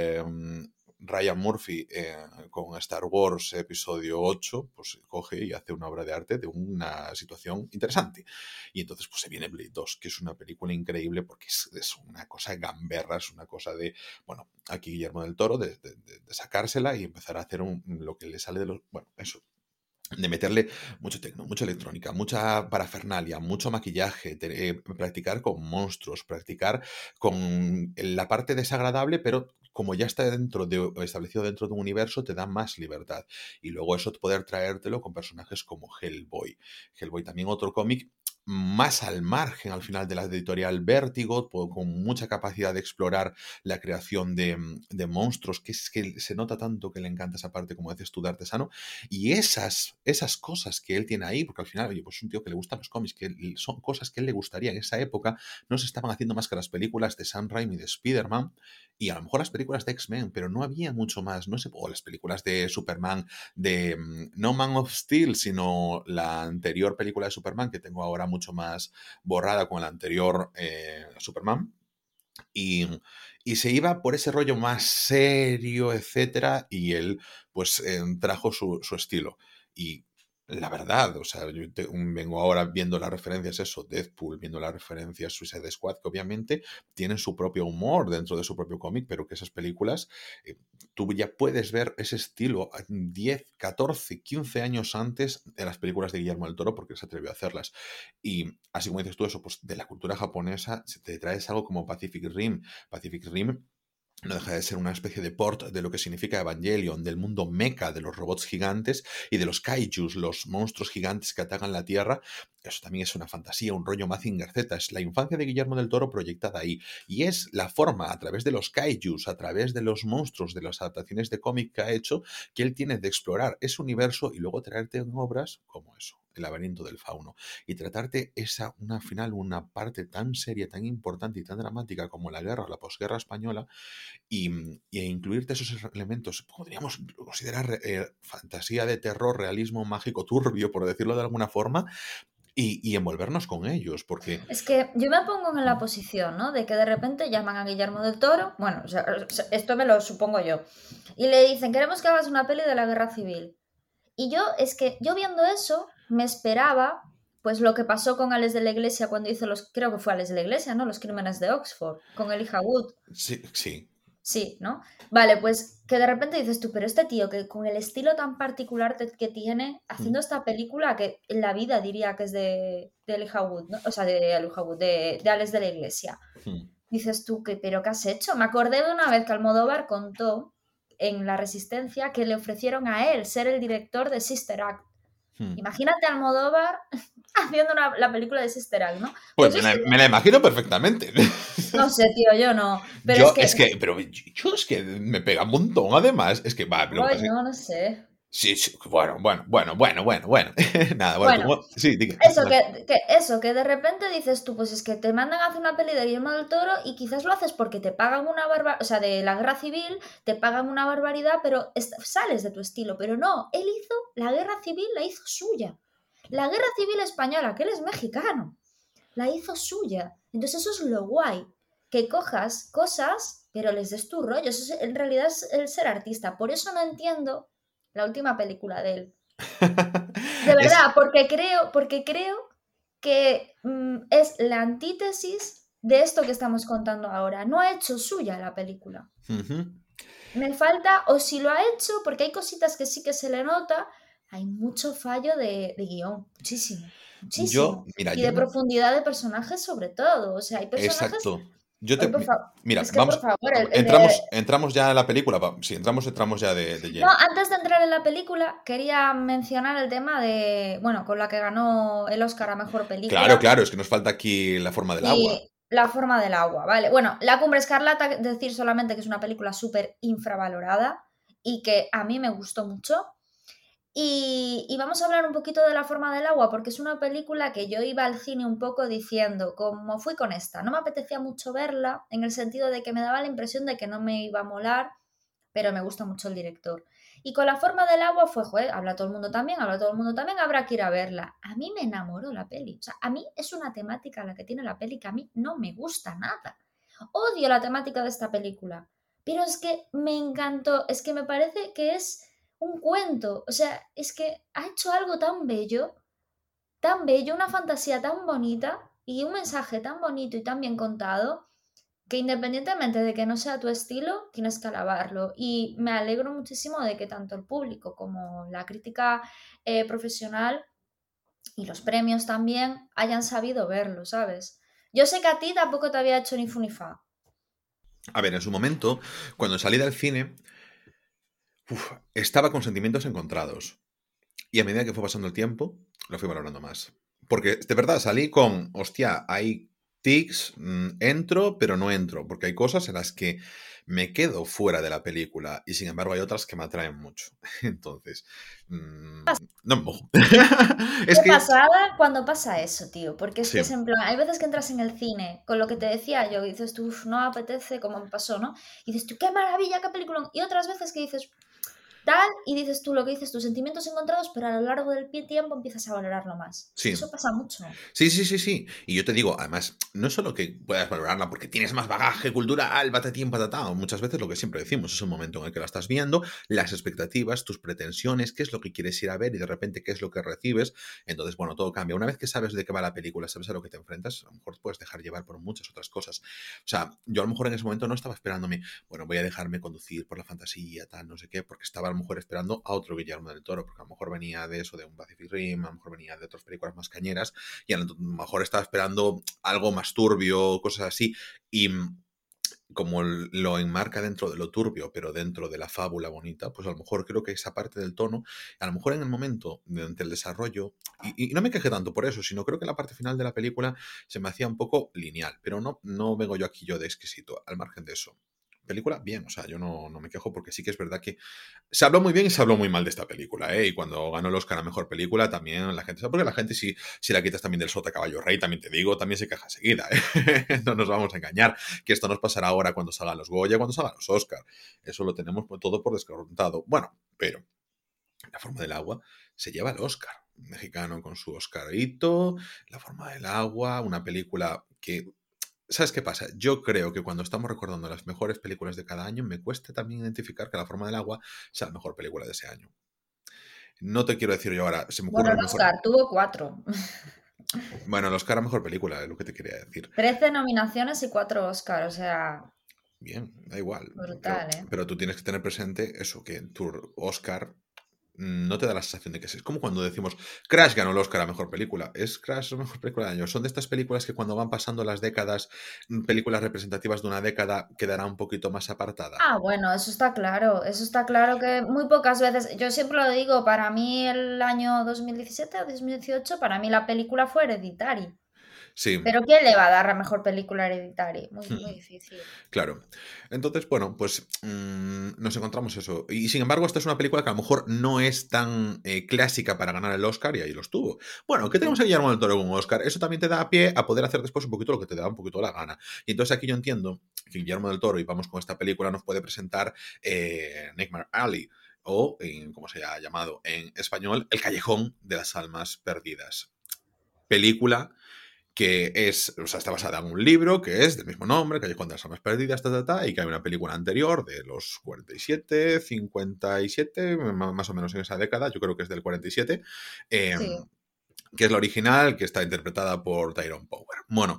A: Ryan Murphy con Star Wars episodio 8, pues coge y hace una obra de arte de una situación interesante. Y entonces pues se viene Blade 2, que es una película increíble porque es una cosa gamberra, es una cosa de, bueno, aquí Guillermo del Toro, de sacársela y empezar a hacer lo que le sale de los, bueno, eso, de meterle mucho tecno, mucha electrónica, mucha parafernalia, mucho maquillaje, practicar con monstruos, practicar con la parte desagradable, pero como ya está establecido dentro de un universo, te da más libertad. Y luego eso poder traértelo con personajes como Hellboy. Hellboy también otro cómic más al margen al final de la editorial Vértigo, con mucha capacidad de explorar la creación de monstruos, que es que se nota tanto que le encanta esa parte, como dices tú, de artesano, y esas cosas que él tiene ahí, porque al final, oye, pues es un tío que le gustan los cómics, que son cosas que él le gustaría en esa época, no se estaban haciendo más que las películas de Sam Raimi, de Spider-Man, y a lo mejor las películas de X-Men, pero no había mucho más, no sé, o las películas de Superman, de no Man of Steel, sino la anterior película de Superman, que tengo ahora mucho más borrada con el anterior Superman, y, y se iba por ese rollo más serio, etcétera, y él pues trajo su estilo. Y la verdad, o sea, yo vengo ahora viendo las referencias, eso, Deadpool, viendo las referencias Suicide Squad, que obviamente tienen su propio humor dentro de su propio cómic, pero que esas películas, tú ya puedes ver ese estilo 10, 14, 15 años antes de las películas de Guillermo del Toro, porque él se atrevió a hacerlas. Y así como dices tú eso, pues de la cultura japonesa, si te traes algo como Pacific Rim. Pacific Rim no deja de ser una especie de port de lo que significa Evangelion, del mundo mecha, de los robots gigantes y de los kaijus, los monstruos gigantes que atacan la Tierra. Eso también es una fantasía, un rollo Mazinger Z. Es la infancia de Guillermo del Toro proyectada ahí. Y es la forma, a través de los kaijus, a través de los monstruos, de las adaptaciones de cómic que ha hecho, que él tiene de explorar ese universo y luego traerte en obras como eso, El laberinto del fauno, y tratarte una final, una parte tan seria, tan importante y tan dramática como la guerra o la posguerra española, y incluirte esos elementos, podríamos considerar fantasía de terror, realismo mágico turbio, por decirlo de alguna forma, y envolvernos con ellos, porque...
B: Es que yo me pongo en la posición, ¿no? De que de repente llaman a Guillermo del Toro, bueno, o sea, esto me lo supongo yo, y le dicen, queremos que hagas una peli de la guerra civil. Y yo viendo eso, me esperaba, pues lo que pasó con Alex de la Iglesia cuando hizo creo que fue Alex de la Iglesia, ¿no? Los crímenes de Oxford, con Elijah Wood.
A: Sí, sí.
B: Sí, ¿no? Vale, pues que de repente dices tú, pero este tío que con el estilo tan particular que tiene, haciendo esta película que en la vida diría que es de Elijah Wood, ¿no? O sea, de Elijah Wood, de Alex de la Iglesia. Dices tú, ¿pero qué has hecho? Me acordé de una vez que Almodóvar contó en La Resistencia que le ofrecieron a él ser el director de Sister Act.
A: Hmm.
B: Imagínate a Almodóvar haciendo la película de Sister Act, ¿no?
A: Pues
B: Pues
A: me
B: yo
A: la,
B: sé,
A: me la imagino perfectamente.
B: no sé, tío, yo no. Pero es
A: Yo,
B: que,
A: pero yo es que me pega un montón, además. Es que, va, lo que
B: ay,
A: pasa es que...
B: no, no sé.
A: Sí, sí, bueno. Nada, bueno,
B: Bueno,
A: sí, diga.
B: eso, que de repente dices tú, pues es que te mandan a hacer una peli de Guillermo del Toro y quizás lo haces porque te pagan una barbaridad, o sea, de la guerra civil, te pagan una barbaridad, pero sales de tu estilo. Pero no, él hizo la guerra civil, la hizo suya. La guerra civil española, que él es mexicano, la hizo suya. Entonces eso es lo guay, que cojas cosas, pero les des tu rollo. En realidad es el ser artista. Por eso no entiendo la última película de él. De
A: Es...
B: verdad, porque creo que es la antítesis de esto que estamos contando ahora. No ha hecho suya la película.
A: Ujú.
B: Me falta, o si lo ha hecho, porque hay cositas que sí que se le nota, hay mucho fallo de guión, muchísimo,
A: Yo,
B: muchísimo.
A: mira,
B: Y
A: yo
B: de
A: no...
B: profundidad de personajes sobre todo. O sea, hay personajes,
A: Exacto. Yo
B: hoy
A: te...
B: por favor,
A: Mira,
B: es que por
A: vamos...
B: favor, el de...
A: Entramos ya en la película. Sí, entramos ya de
B: No,
A: lleno.
B: antes de entrar en la película, quería mencionar el tema de, bueno, con la que ganó el Oscar a Mejor
A: Claro,
B: Película,
A: claro, es que nos falta aquí La forma del agua.
B: y La forma del agua, ¿vale? Bueno, La Cumbre Escarlata, decir solamente que es una película súper infravalorada y que a mí me gustó mucho. Y vamos a hablar un poquito de La forma del agua, porque es una película que yo iba al cine un poco diciendo, como fui con esta, no me apetecía mucho verla, en el sentido de que me daba la impresión de que no me iba a molar, pero me gusta mucho el director. Y con La forma del agua fue, joder, habla todo el mundo también, habrá que ir a verla. A mí me enamoró la peli. O sea, a mí es una temática la que tiene la peli que a mí no me gusta nada. Odio la temática de esta película, pero es que me encantó, es que me parece que es un cuento, o sea, es que ha hecho algo tan bello, una fantasía tan bonita y un mensaje tan bonito y tan bien contado que independientemente de que no sea tu estilo, tienes que alabarlo. Y me alegro muchísimo de que tanto el público como la crítica profesional y los premios también hayan sabido verlo, ¿sabes? Yo sé que a ti tampoco te había hecho ni fu ni fa.
A: A ver, en su momento, cuando salí del cine, estaba con sentimientos encontrados. Y a medida que fue pasando el tiempo, lo fui valorando más. Porque de verdad salí con, hostia, hay tics, entro, pero no entro. Porque hay cosas en las que me quedo fuera de la película y sin embargo hay otras que me atraen mucho. Entonces, no me mojo. Es
B: Qué
A: que,
B: pasada cuando pasa eso, tío, porque es que
A: sí,
B: es en plan, hay veces que entras en el cine con lo que te decía yo y dices tú, "Uf, no apetece", como me pasó, ¿no? Y dices tú, qué maravilla, qué película. Y otras veces que dices, tal, y dices tú lo que dices, tus sentimientos encontrados, pero a lo largo del tiempo empiezas a valorarlo más. Es que
A: sí.
B: eso pasa mucho.
A: Sí. Y yo te digo, además, no es solo que puedas valorarla porque tienes más bagaje cultural, batatín, patatá. Muchas veces lo que siempre decimos es un momento en el que la estás viendo, las expectativas, tus pretensiones, qué es lo que quieres ir a ver y de repente qué es lo que recibes. Entonces, bueno, todo cambia. Una vez que sabes de qué va la película, sabes a lo que te enfrentas, a lo mejor te puedes dejar llevar por muchas otras cosas. O sea, yo a lo mejor en ese momento no estaba esperándome, bueno, voy a dejarme conducir por la fantasía, tal, no sé qué, porque estaba a lo mejor esperando a otro Guillermo del Toro, porque a lo mejor venía de eso, de un Pacific Rim, a lo mejor venía de otras películas más cañeras y a lo mejor estaba esperando algo más turbio, cosas así. Y como lo enmarca dentro de lo turbio, pero dentro de la fábula bonita, pues a lo mejor creo que esa parte del tono, a lo mejor en el momento durante el desarrollo, y no me quejé tanto por eso, sino creo que la parte final de la película se me hacía un poco lineal, pero no vengo yo aquí yo de exquisito, al margen de eso. Película, bien, o sea, yo no me quejo porque sí que es verdad que se habló muy bien y se habló muy mal de esta película, ¿eh? Y cuando ganó el Oscar a Mejor Película también la gente... Porque la gente si la quitas también del Sota Caballo Rey, también te digo, también se queja seguida, ¿eh? No nos vamos a engañar, que esto nos pasará ahora cuando salgan los Goya, cuando salgan los Oscar. Eso lo tenemos todo por descontado. Bueno, pero La forma del agua se lleva el Oscar mexicano con su Oscarito, La forma del agua, una película que... ¿Sabes qué pasa? Yo creo que cuando estamos recordando las mejores películas de cada año, me cuesta también identificar que La forma del agua sea la mejor película de ese año. No te quiero decir yo ahora, se me ocurre
B: Bueno,
A: a
B: el
A: lo mejor...
B: Oscar tuvo 4.
A: Bueno, el Oscar a mejor película, es lo que te quería decir.
B: 13 nominaciones y 4 Oscar, o sea,
A: Bien, da igual.
B: brutal, ¿eh?
A: Pero tú tienes que tener presente eso, que tu Oscar no te da la sensación de que es como cuando decimos Crash ganó el Oscar a Mejor Película. ¿Es Crash la mejor película del año? Son de estas películas que cuando van pasando las décadas, películas representativas de una década, quedará un poquito más apartada.
B: Ah, bueno, eso está claro que muy pocas veces, yo siempre lo digo, para mí el año 2017 o 2018, para mí la película fue Hereditary.
A: Sí.
B: Pero ¿quién le va a dar la mejor película Hereditary? Muy, muy difícil.
A: Claro. Entonces, bueno, pues nos encontramos eso. Y sin embargo, esta es una película que a lo mejor no es tan clásica para ganar el Oscar y ahí lo estuvo. Bueno, ¿qué tenemos a Guillermo del Toro con un Oscar? Eso también te da pie a poder hacer después un poquito lo que te da un poquito la gana. Y entonces aquí yo entiendo que Guillermo del Toro, y vamos con esta película, nos puede presentar Nightmare Alley o, como se ha llamado en español, El Callejón de las Almas Perdidas. Película que es, o sea, está basada en un libro que es del mismo nombre, Callejón de las Almas Perdidas, y que hay una película anterior de los 47, 57, más o menos en esa década, yo creo que es del 47,
B: Sí.
A: que es la original, que está interpretada por Tyrone Power. Bueno,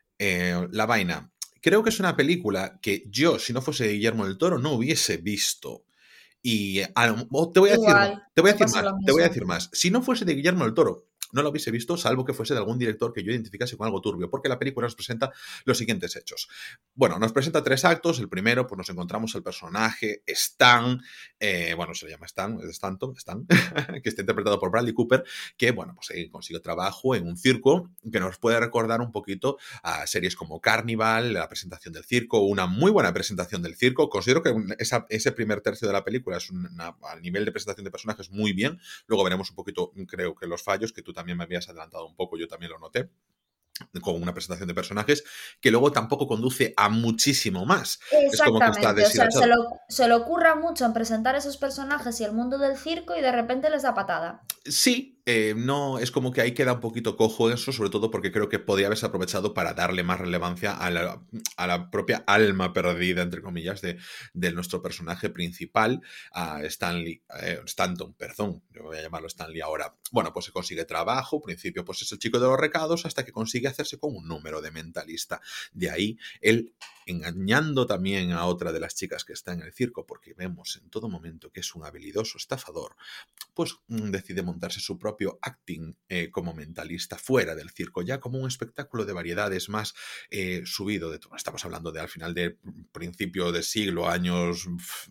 A: la vaina. Creo que es una película que yo, si no fuese Guillermo del Toro, no hubiese visto. Y te voy a decir más,
B: Igual, me pasa lo
A: te voy a
B: mismo.
A: decir más. Si no fuese de Guillermo del Toro, no lo hubiese visto, salvo que fuese de algún director que yo identificase con algo turbio, porque la película nos presenta los siguientes hechos. Bueno, nos presenta 3 actos. El primero, pues nos encontramos el personaje Stan, bueno, se le llama Stan, es Stanton, Stan, que está interpretado por Bradley Cooper, que, bueno, pues consigue trabajo en un circo que nos puede recordar un poquito a series como Carnival, la presentación del circo, una muy buena presentación del circo. Considero que ese primer tercio de la película es a nivel de presentación de personajes muy bien. Luego veremos un poquito, creo que los fallos, que tú también me habías adelantado un poco, yo también lo noté con una presentación de personajes que luego tampoco conduce a muchísimo más. Es como que está
B: Exactamente, o sea,
A: deshilachado.
B: se le ocurra mucho en presentar esos personajes y el mundo del circo y de repente les da patada.
A: Sí, no, es como que ahí queda un poquito cojo eso, sobre todo porque creo que podía haberse aprovechado para darle más relevancia a la propia alma perdida, entre comillas, de nuestro personaje principal, a Stanton, perdón, yo voy a llamarlo Stanley ahora. Bueno, pues se consigue trabajo, al principio pues es el chico de los recados, hasta que consigue hacerse con un número de mentalista. De ahí él engañando también a otra de las chicas que está en el circo, porque vemos en todo momento que es un habilidoso estafador, pues decide montarse su propio acting como mentalista fuera del circo, ya como un espectáculo de variedades más subido de todo. Estamos hablando de al final de principio de siglo, años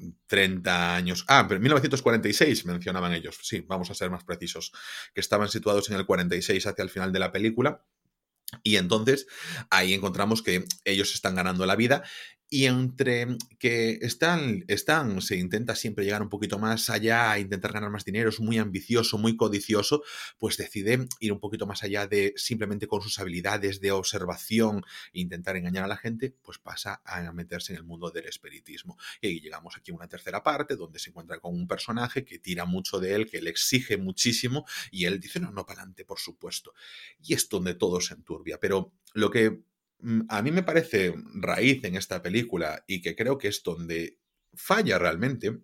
A: 30 años. Pero 1946 mencionaban ellos. Sí, vamos a ser más precisos, que estaban situados en el 46 hacia el final de la película. Y entonces ahí encontramos que ellos están ganando la vida y entre que Stan se intenta siempre llegar un poquito más allá, intentar ganar más dinero, es muy ambicioso, muy codicioso, pues decide ir un poquito más allá de simplemente con sus habilidades de observación e intentar engañar a la gente, pues pasa a meterse en el mundo del espiritismo. Y ahí llegamos aquí a una tercera parte donde se encuentra con un personaje que tira mucho de él, que le exige muchísimo y él dice, no, no, para adelante, por supuesto. Y es donde todo se enturbia. Pero lo que a mí me parece raíz en esta película y que creo que es donde falla realmente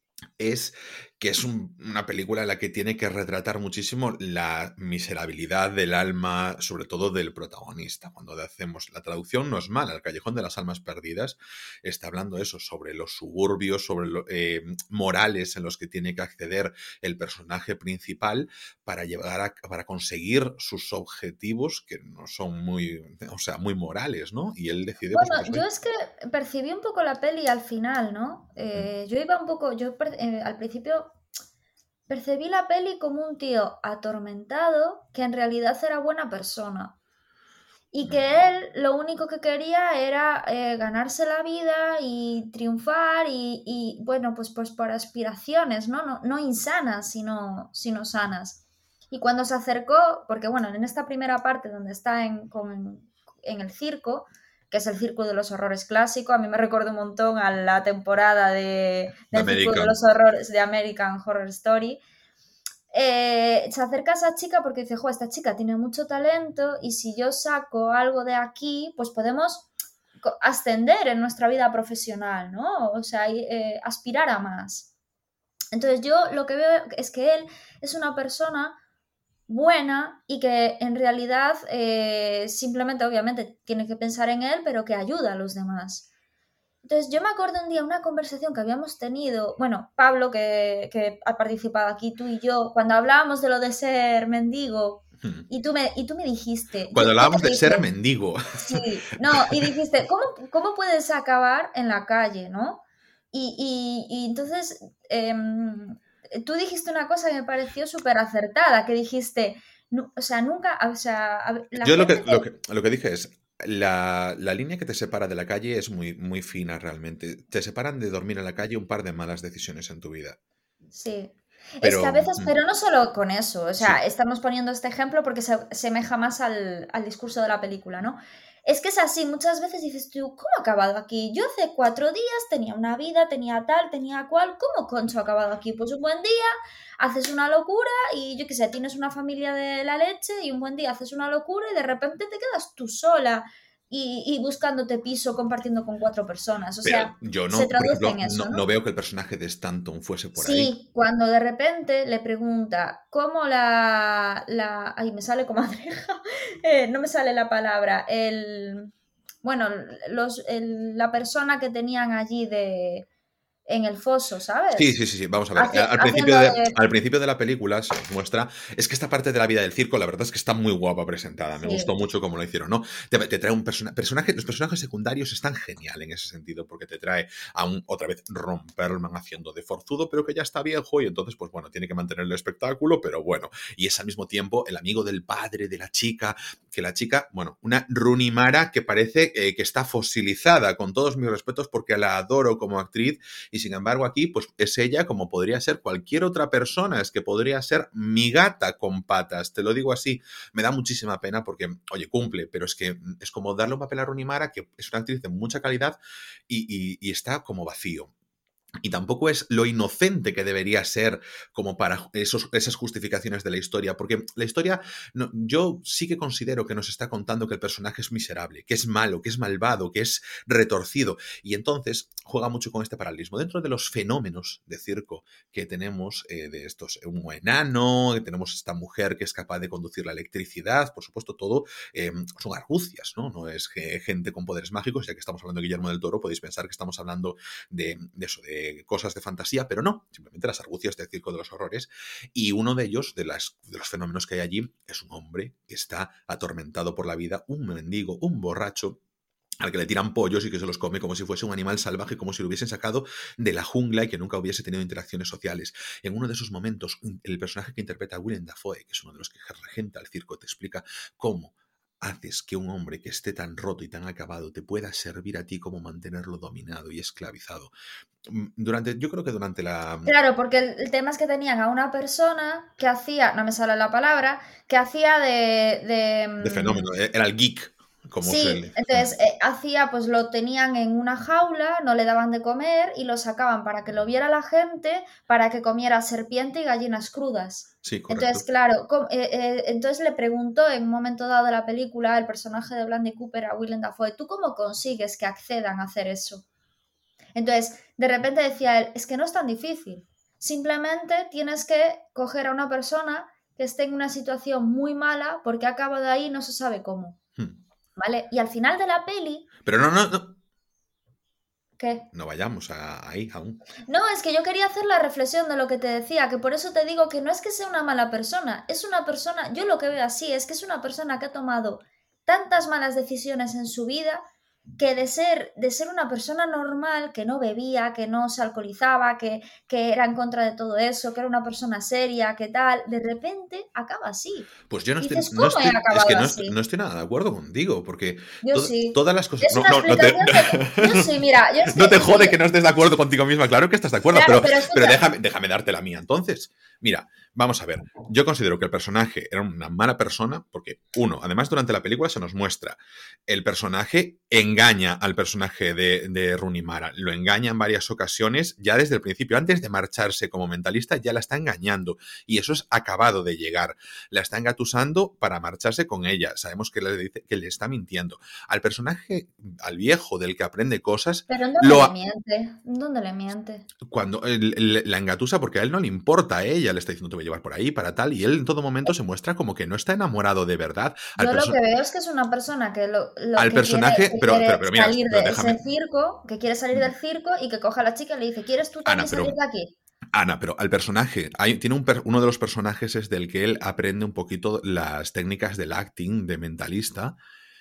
A: es que es una película en la que tiene que retratar muchísimo la miserabilidad del alma, sobre todo del protagonista. Cuando hacemos la traducción no es mala, El Callejón de las Almas Perdidas está hablando eso, sobre los suburbios, sobre morales en los que tiene que acceder el personaje principal para para conseguir sus objetivos que no son muy, o sea, muy morales, ¿no? Y él decide, por
B: Bueno,
A: supuesto,
B: yo es que percibí un poco la peli al final, ¿no? Yo iba un poco, al principio percibí la peli como un tío atormentado que en realidad era buena persona. Y que él lo único que quería era ganarse la vida y triunfar bueno, pues por aspiraciones, ¿no? No, no insanas, sino sanas. Y cuando se acercó, porque bueno, en esta primera parte donde está en el circo, que es el Circo de los Horrores clásico, a mí me recuerda un montón a la temporada
A: de
B: del Circo de
A: American.
B: los Horrores de American Horror Story. Se acerca a esa chica porque dice, jo, esta chica tiene mucho talento y si yo saco algo de aquí, pues podemos ascender en nuestra vida profesional, ¿no? O sea, aspirar a más. Entonces yo lo que veo es que él es una persona buena y que en realidad simplemente, obviamente, tiene que pensar en él, pero que ayuda a los demás. Entonces yo me acuerdo un día una conversación que habíamos tenido, bueno, Pablo, que ha participado aquí, tú y yo, cuando hablábamos de lo de ser mendigo,
A: Hmm.
B: y tú me dijiste,
A: Cuando
B: yo
A: hablábamos
B: te
A: de ser
B: dije,
A: mendigo.
B: sí, no, y dijiste, ¿cómo puedes acabar en la calle, no? Y entonces tú dijiste una cosa que me pareció súper acertada, que dijiste, o sea, nunca, o sea, la
A: Yo lo
B: gente
A: que, lo
B: que...
A: que, lo que dije es, la línea que te separa de la calle es muy, muy fina realmente. Te separan de dormir en la calle un par de malas decisiones en tu vida.
B: Sí. Es que a
A: Pero,
B: veces, pero no solo con eso, o sea,
A: sí.
B: estamos poniendo este ejemplo porque se asemeja más al discurso de la película, ¿no? Es que es así, muchas veces dices tú, ¿cómo ha acabado aquí? Yo hace 4 días tenía una vida, tenía tal, tenía cual, ¿cómo concho ha acabado aquí? Pues un buen día haces una locura y yo qué sé, tienes una familia de la leche y un buen día haces una locura y de repente te quedas tú sola y buscándote piso compartiendo con 4 personas, o
A: Pero
B: sea,
A: yo
B: se
A: no, por
B: traduce en
A: ejemplo,
B: eso,
A: no
B: ¿no?
A: veo que el personaje de Stanton fuese por ahí.
B: Sí, cuando de repente le pregunta cómo ay, me sale comadreja, no me sale la palabra, bueno, la persona que tenían allí en el foso,
A: Sí,
B: ¿sabes?
A: sí, sí, sí. Vamos a ver.
B: Haciendo de...
A: Al principio de la película se nos muestra. Es que esta parte de la vida del circo, la verdad es que está muy guapa presentada. Me gustó
B: Sí,
A: mucho cómo lo hicieron, ¿no? Te trae un personaje. Los personajes secundarios están genial en ese sentido, porque te trae a otra vez Ron Perlman haciendo de forzudo, pero que ya está viejo y entonces, pues bueno, tiene que mantener el espectáculo, pero bueno. Y es al mismo tiempo el amigo del padre de la chica, que la chica, bueno, una Rooney Mara que parece que está fosilizada, con todos mis respetos, porque la adoro como actriz y sin embargo aquí, pues es ella como podría ser cualquier otra persona, es que podría ser mi gata con patas, te lo digo así, me da muchísima pena porque, oye, cumple, pero es que es como darle un papel a Rooney Mara, que es una actriz de mucha calidad y está como vacío. Y tampoco es lo inocente que debería ser como para esas justificaciones de la historia, porque la historia, no, yo sí que considero que nos está contando que el personaje es miserable, que es malo, que es malvado, que es retorcido, y entonces juega mucho con este paralelismo. Dentro de los fenómenos de circo que tenemos, de estos, un enano, que tenemos esta mujer que es capaz de conducir la electricidad, por supuesto, todo son argucias, ¿no? No es gente con poderes mágicos, ya que estamos hablando de Guillermo del Toro, podéis pensar que estamos hablando de eso, de cosas de fantasía, pero no, simplemente las argucias del circo de los horrores. Y uno de ellos, de los fenómenos que hay allí, es un hombre que está atormentado por la vida, un mendigo, un borracho, al que le tiran pollos y que se los come como si fuese un animal salvaje, como si lo hubiesen sacado de la jungla y que nunca hubiese tenido interacciones sociales. En uno de esos momentos, el personaje que interpreta a Willem Dafoe, que es uno de los que regenta el circo, te explica cómo haces que un hombre que esté tan roto y tan acabado te pueda servir a ti como mantenerlo dominado y esclavizado. Yo creo que durante la...
B: claro, porque el tema es que tenían a una persona que hacía, no me sale la palabra, que hacía
A: de fenómeno, era el geek, como se
B: sí,
A: le...
B: entonces hacía, pues lo tenían en una jaula, no le daban de comer y lo sacaban para que lo viera la gente, para que comiera serpiente y gallinas crudas.
A: Sí,
B: Entonces,
A: correcto.
B: claro, entonces le preguntó en un momento dado de la película el personaje de Blandy Cooper a Willem Dafoe, ¿tú cómo consigues que accedan a hacer eso? Entonces, de repente decía él, es que no es tan difícil. Simplemente tienes que coger a una persona que esté en una situación muy mala porque acaba de ahí y no se sabe cómo. ¿Vale? Y al final de la peli,
A: Pero no,
B: ¿qué?
A: no vayamos ahí aún.
B: No, es que yo quería hacer la reflexión de lo que te decía, que por eso te digo que no es que sea una mala persona, es una persona, yo lo que veo así, es que es una persona que ha tomado tantas malas decisiones en su vida que de ser una persona normal, que no bebía, que no se alcoholizaba, que era en contra de todo eso, que era una persona seria, que tal, de repente acaba así.
A: Pues yo no
B: Y
A: estoy,
B: dices, ¿cómo he
A: es que
B: acabado así?
A: no estoy nada de acuerdo contigo, porque
B: Yo sí.
A: todas las cosas...
B: Es una explicación yo sí, mira, yo es
A: no
B: que,
A: te jode que no estés de acuerdo contigo misma, claro que estás de acuerdo,
B: claro, pero
A: pero
B: escucha,
A: déjame darte la mía entonces. Mira, vamos a ver, yo considero que el personaje era una mala persona porque, uno, además durante la película se nos muestra, el personaje engaña al personaje de Rooney Mara, lo engaña en varias ocasiones, ya desde el principio, antes de marcharse como mentalista, ya la está engañando y eso es acabado de llegar, la está engatusando para marcharse con ella, sabemos que le dice que le está mintiendo. Al personaje, al viejo del que aprende cosas,
B: pero ¿en dónde le
A: lo,
B: miente? ¿En dónde le miente?
A: cuando la engatusa porque a él no le importa a ella, ella le está diciendo te voy a llevar por ahí, para tal, y él en todo momento se muestra como que no está enamorado de verdad.
B: Yo lo que veo es que es una persona que lo
A: al
B: que
A: personaje,
B: quiere,
A: pero mira,
B: salir
A: pero
B: de
A: déjame.
B: ese circo, que quiere salir del circo y que coja a la chica y le dice, ¿quieres tú
A: Ana,
B: también salir de aquí?
A: Ana, pero al personaje, tiene uno de los personajes es del que él aprende un poquito las técnicas del acting, de mentalista,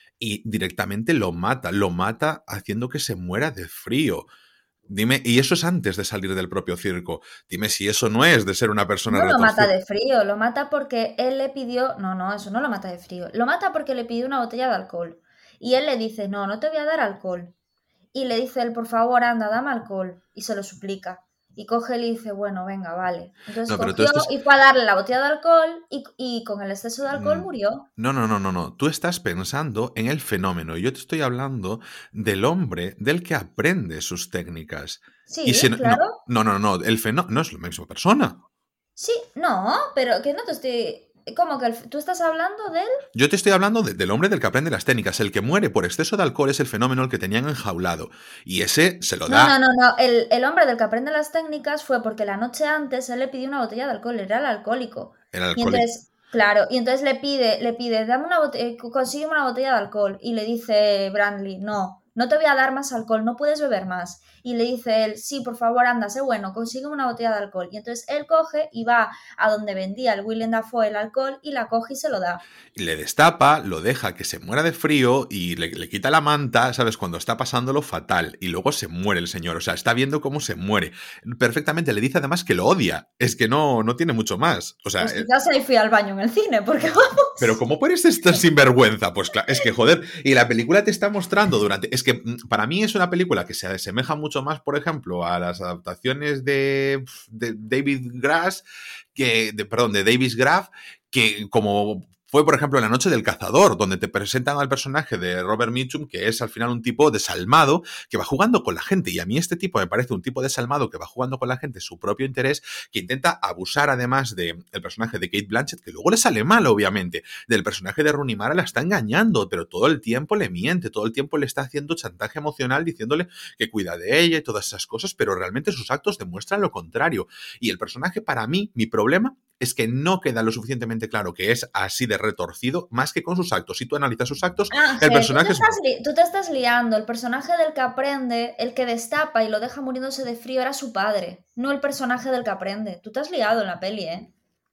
A: y directamente lo mata haciendo que se muera de frío. Dime, y eso es antes de salir del propio circo. Dime si eso no es de ser una persona
B: No lo mata
A: retorcida.
B: de frío, lo mata porque él le pidió... No, eso no lo mata de frío. Lo mata porque le pidió una botella de alcohol. Y él le dice, no te voy a dar alcohol. Y le dice él, por favor, anda, dame alcohol. Y se lo suplica. Y coge y le dice, bueno, venga, vale. Entonces
A: No, pero tú
B: cogió
A: estás...
B: y fue a darle la botella de alcohol y con el exceso de alcohol murió.
A: No. Tú estás pensando en el fenómeno. Yo te estoy hablando del hombre del que aprende sus técnicas. Y
B: Sí, claro.
A: no. El fenómeno no es la misma persona.
B: Sí, no, pero que no te estoy... ¿Cómo que tú estás hablando de él?
A: Yo te estoy hablando del hombre del que aprende las técnicas. El que muere por exceso de alcohol es el fenómeno el que tenían enjaulado. Y ese se lo da...
B: No. El hombre del que aprende las técnicas fue porque la noche antes él le pidió una botella de alcohol, era el alcohólico.
A: El
B: Y
A: alcohólico.
B: entonces, claro, y entonces le pide, dame una botella, consígueme una botella de alcohol. Y le dice Brandley, no te voy a dar más alcohol, no puedes beber más. Y le dice él, sí, por favor, anda, sé bueno, consígueme una botella de alcohol. Y entonces él coge y va a donde vendía el Willem Dafoe el alcohol y la coge y se lo da.
A: Y le destapa, lo deja que se muera de frío y le quita la manta, ¿sabes? Cuando está pasándolo fatal. Y luego se muere el señor. O sea, está viendo cómo se muere. Perfectamente. Le dice además que lo odia. Es que no tiene mucho más. O sea,
B: Pues quizás ahí fui al baño en el cine, porque vamos.
A: pero ¿cómo puedes estar sinvergüenza? Pues claro, es que joder. Y la película te está mostrando durante... Es que para mí es una película que se asemeja mucho más, por ejemplo, a las adaptaciones de David Grass, de Davis Graff, que como fue, por ejemplo, La noche del cazador, donde te presentan al personaje de Robert Mitchum, que es al final un tipo desalmado que va jugando con la gente. Y a mí este tipo me parece un tipo desalmado que va jugando con la gente su propio interés, que intenta abusar además del personaje de Kate Blanchett, que luego le sale mal, obviamente. Del personaje de Rooney Mara la está engañando, pero todo el tiempo le miente, todo el tiempo le está haciendo chantaje emocional diciéndole que cuida de ella y todas esas cosas, pero realmente sus actos demuestran lo contrario. Y el personaje, para mí, mi problema es que no queda lo suficientemente claro que es así de retorcido, más que con sus actos. Si tú analizas sus actos, el personaje
B: tú te estás liando. El personaje del que aprende, el que destapa y lo deja muriéndose de frío era su padre, no el personaje del que aprende. Tú te has liado en la peli, ¿eh?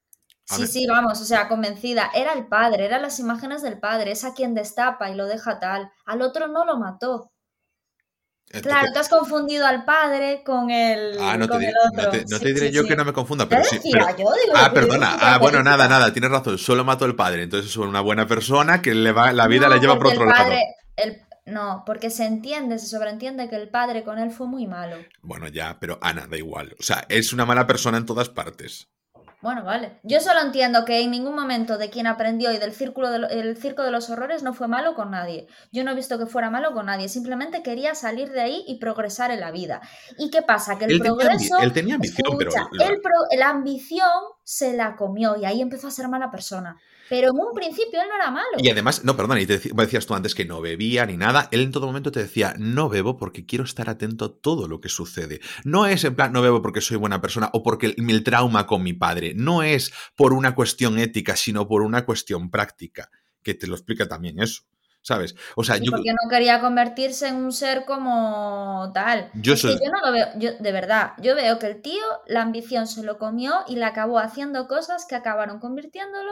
B: Sí, vamos, o sea, convencida. Era el padre, eran las imágenes del padre, es a quien destapa y lo deja tal. Al otro no lo mató.
A: Entonces,
B: claro, te has confundido al padre con el,
A: no
B: con
A: te,
B: el
A: no
B: otro.
A: te, no te diré yo que no me confunda, pero sí.
B: Decía,
A: Pero,
B: yo digo lo que
A: perdona.
B: digo en
A: Bueno,
B: película.
A: nada, tienes razón. Solo mató el padre. Entonces es una buena persona que la vida le lleva por
B: porque
A: otro lado.
B: No, porque se sobreentiende que el padre con él fue muy malo.
A: Bueno, ya, pero Ana, da igual. O sea, es una mala persona en todas partes.
B: Bueno, vale. Yo solo entiendo que en ningún momento de quien aprendió y del el circo de los horrores no fue malo con nadie. Yo no he visto que fuera malo con nadie. Simplemente quería salir de ahí y progresar en la vida. ¿Y qué pasa? Que el progreso...
A: Él tenía ambición,
B: escucha,
A: pero...
B: la ambición se la comió y ahí empezó a ser mala persona. Pero en un principio él no era malo.
A: Y además, no, perdona, y decías tú antes que no bebía ni nada. Él en todo momento te decía, no bebo porque quiero estar atento a todo lo que sucede. No es en plan, no bebo porque soy buena persona o porque el trauma con mi padre. No es por una cuestión ética, sino por una cuestión práctica, que te lo explica también eso. ¿Sabes? O sea,
B: sí, porque no quería convertirse en un ser como tal. Que yo no lo veo, de verdad, yo veo que el tío, la ambición se lo comió y le acabó haciendo cosas que acabaron convirtiéndolo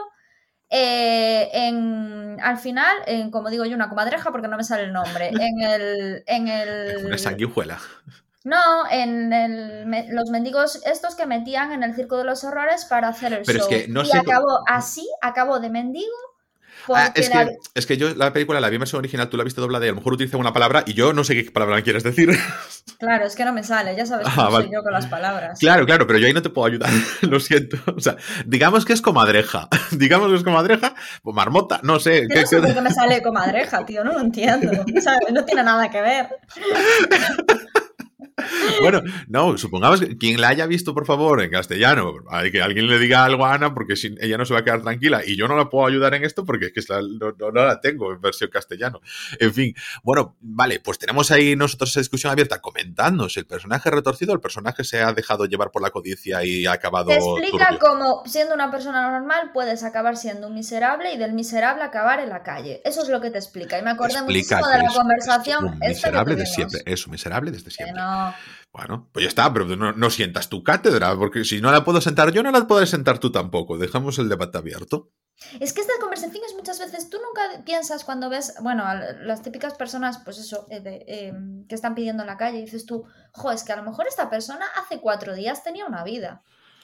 B: al final, como digo yo, una comadreja, porque no me sale el nombre,
A: una sanguijuela.
B: No, los mendigos estos que metían en el Circo de los Horrores para hacer el show.
A: Es que no
B: y
A: sé
B: acabó de mendigo.
A: Es que yo la película, la vi en versión original, tú la viste doblada y a lo mejor utiliza una palabra y yo no sé qué palabra quieres decir.
B: Claro, es que no me sale, ya sabes cómo soy yo con las palabras.
A: Claro, pero yo ahí no te puedo ayudar, lo siento. O sea, digamos que es comadreja. Pues marmota, no sé.
B: Yo no sé por qué me sale comadreja, tío, no lo entiendo. ¿Sabes? No tiene nada que ver.
A: Bueno, no, supongamos que quien la haya visto, por favor, en castellano, hay que alguien le diga algo a Ana porque si, ella no se va a quedar tranquila y yo no la puedo ayudar en esto porque es que no la tengo en versión castellano. En fin, bueno, vale, pues tenemos ahí nosotros esa discusión abierta. Comentadnos, ¿el personaje retorcido o el personaje se ha dejado llevar por la codicia y ha acabado
B: Te explica
A: turbio?
B: cómo, siendo una persona normal, puedes acabar siendo un miserable y del miserable acabar en la calle. Eso es lo que te explica. Y me acordé
A: Explica
B: muchísimo de
A: que
B: la
A: es
B: conversación
A: un
B: esta que
A: miserable de siempre.
B: tuvimos.
A: Es un miserable desde
B: Que
A: siempre.
B: no.
A: Bueno, pues ya está, pero no sientas tu cátedra, porque si no la puedo sentar yo, no la podrás sentar tú tampoco. Dejamos el debate abierto.
B: Es que estas conversaciones muchas veces tú nunca piensas cuando ves, bueno, a las típicas personas, pues eso, que están pidiendo en la calle, y dices tú, jo, es que a lo mejor esta persona hace 4 días tenía una vida.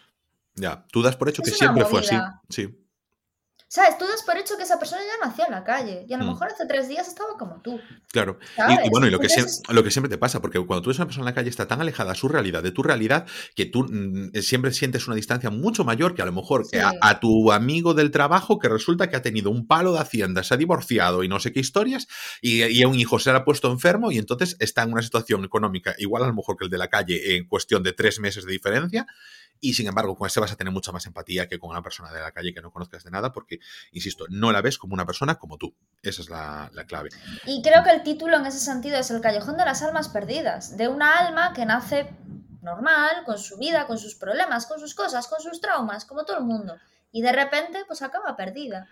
A: Ya, tú das por hecho que
B: Es una
A: siempre fue así,
B: movida.
A: sí.
B: ¿Sabes? Tú das por hecho que esa persona ya nació en la calle y a lo
A: Mm.
B: mejor hace 3 días estaba como tú,
A: Claro. Y
B: ¿sabes?
A: bueno, y
B: Entonces,
A: lo que siempre te pasa, porque cuando tú ves a una persona en la calle está tan alejada su realidad de tu realidad que tú siempre sientes una distancia mucho mayor que a lo mejor
B: sí.
A: a tu amigo del trabajo que resulta que ha tenido un palo de Hacienda, se ha divorciado y no sé qué historias, y a un hijo se le ha puesto enfermo y entonces está en una situación económica igual a lo mejor que el de la calle en cuestión de 3 meses de diferencia. Y sin embargo, con ese vas a tener mucha más empatía que con una persona de la calle que no conozcas de nada, porque, insisto, no la ves como una persona como tú. Esa es la clave.
B: Y creo que el título en ese sentido es El Callejón de las Almas Perdidas, de una alma que nace normal, con su vida, con sus problemas, con sus cosas, con sus traumas, como todo el mundo. Y de repente, pues acaba perdida.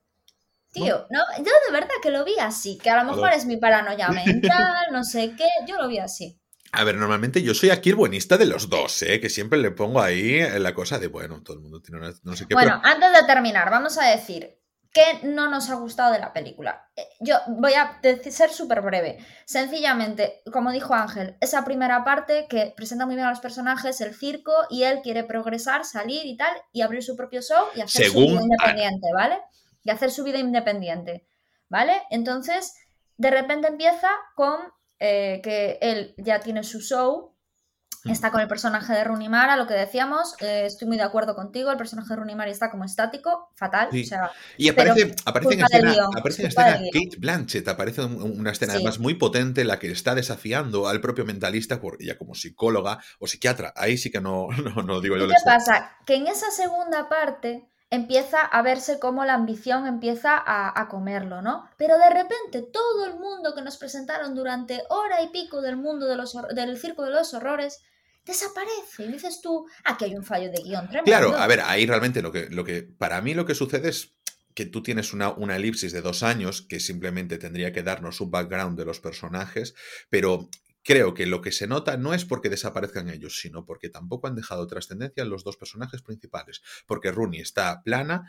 B: Tío,
A: Bueno,
B: no, yo de verdad que lo vi así, que a lo mejor
A: joder.
B: es mi paranoia mental, no sé qué, yo lo vi así.
A: A ver, normalmente yo soy aquí el buenista de los dos, ¿eh? Que siempre le pongo ahí la cosa de, bueno, todo el mundo tiene una, no sé qué, pero
B: Bueno, antes de terminar, vamos a decir qué no nos ha gustado de la película. Yo voy a ser súper breve. Sencillamente, como dijo Ángel, esa primera parte que presenta muy bien a los personajes, el circo, y él quiere progresar, salir y tal, y abrir su propio show y hacer su vida
A: según Ana.
B: independiente, ¿vale? Y hacer su vida independiente, ¿vale? Entonces, de repente empieza con que él ya tiene su show. Está con el personaje de Rooney Mara, lo que decíamos, estoy muy de acuerdo contigo, el personaje de Rooney Mara está como estático, fatal, o
A: Sí.
B: sea,
A: Y
B: pero
A: aparece
B: culpa del guión, es
A: aparece en
B: culpa del
A: escena
B: guión.
A: Kate Blanchett, aparece una escena además
B: Sí.
A: muy potente en la que está desafiando al propio mentalista por ella como psicóloga o psiquiatra. Ahí sí que no digo yo
B: ¿Y
A: la
B: qué
A: historia.
B: pasa? Que en esa segunda parte empieza a verse cómo la ambición empieza a comerlo, ¿no? Pero de repente todo el mundo que nos presentaron durante hora y pico del mundo del circo de los horrores desaparece. Y dices tú, aquí hay un fallo de guión
A: Claro, a
B: tremendo.
A: ver, ahí realmente para mí lo que sucede es que tú tienes una elipsis de 2 años que simplemente tendría que darnos un background de los personajes, pero creo que lo que se nota no es porque desaparezcan ellos, sino porque tampoco han dejado trascendencia en los dos personajes principales, porque Rooney está plana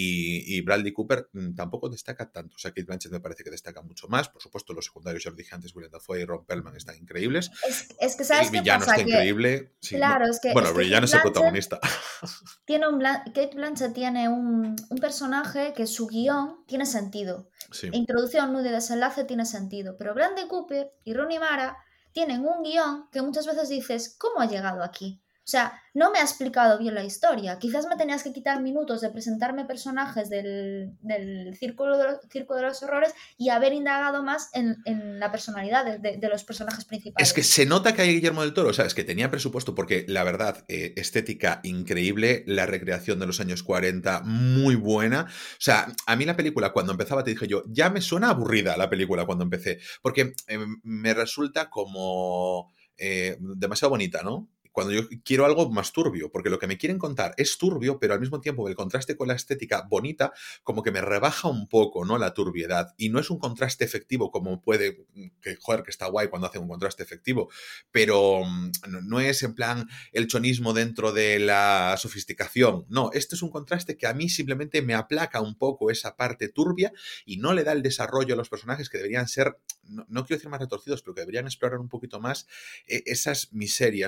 A: y Bradley Cooper tampoco destaca tanto, o sea, Kate Blanchett me parece que destaca mucho más, por supuesto los secundarios, ya lo dije antes, Willem Dafoe y Ron Perlman están increíbles,
B: Es que,
A: el
B: ¿sabes qué
A: villano
B: pasa?
A: está increíble, sí,
B: Claro,
A: bueno,
B: es
A: el
B: que
A: villano
B: Kate
A: es el
B: Blanchett
A: protagonista.
B: Kate Blanchett tiene un personaje que su guión tiene sentido.
A: Sí.
B: Introducción, nudo y desenlace tiene sentido. Pero Bradley Cooper y Rooney Mara tienen un guión que muchas veces dices, ¿cómo ha llegado aquí? O sea, no me ha explicado bien la historia. Quizás me tenías que quitar minutos de presentarme personajes del circo de los horrores y haber indagado más en la personalidad de los personajes
A: Es que
B: principales.
A: se nota que hay Guillermo del Toro, ¿sabes? Que tenía presupuesto porque la verdad, estética increíble, la recreación de los años 40 muy buena. O sea, a mí la película cuando empezaba te dije yo, ya me suena aburrida la película cuando empecé, porque me resulta como demasiado bonita, ¿no? Cuando yo quiero algo más turbio, porque lo que me quieren contar es turbio, pero al mismo tiempo el contraste con la estética bonita como que me rebaja un poco, ¿no? La turbiedad. Y no es un contraste efectivo como puede, que joder, que está guay cuando hace un contraste efectivo, pero no es en plan el chonismo dentro de la sofisticación. No, este es un contraste que a mí simplemente me aplaca un poco esa parte turbia y no le da el desarrollo a los personajes que deberían ser, no quiero decir más retorcidos, pero que deberían explorar un poquito más esas miserias de su alma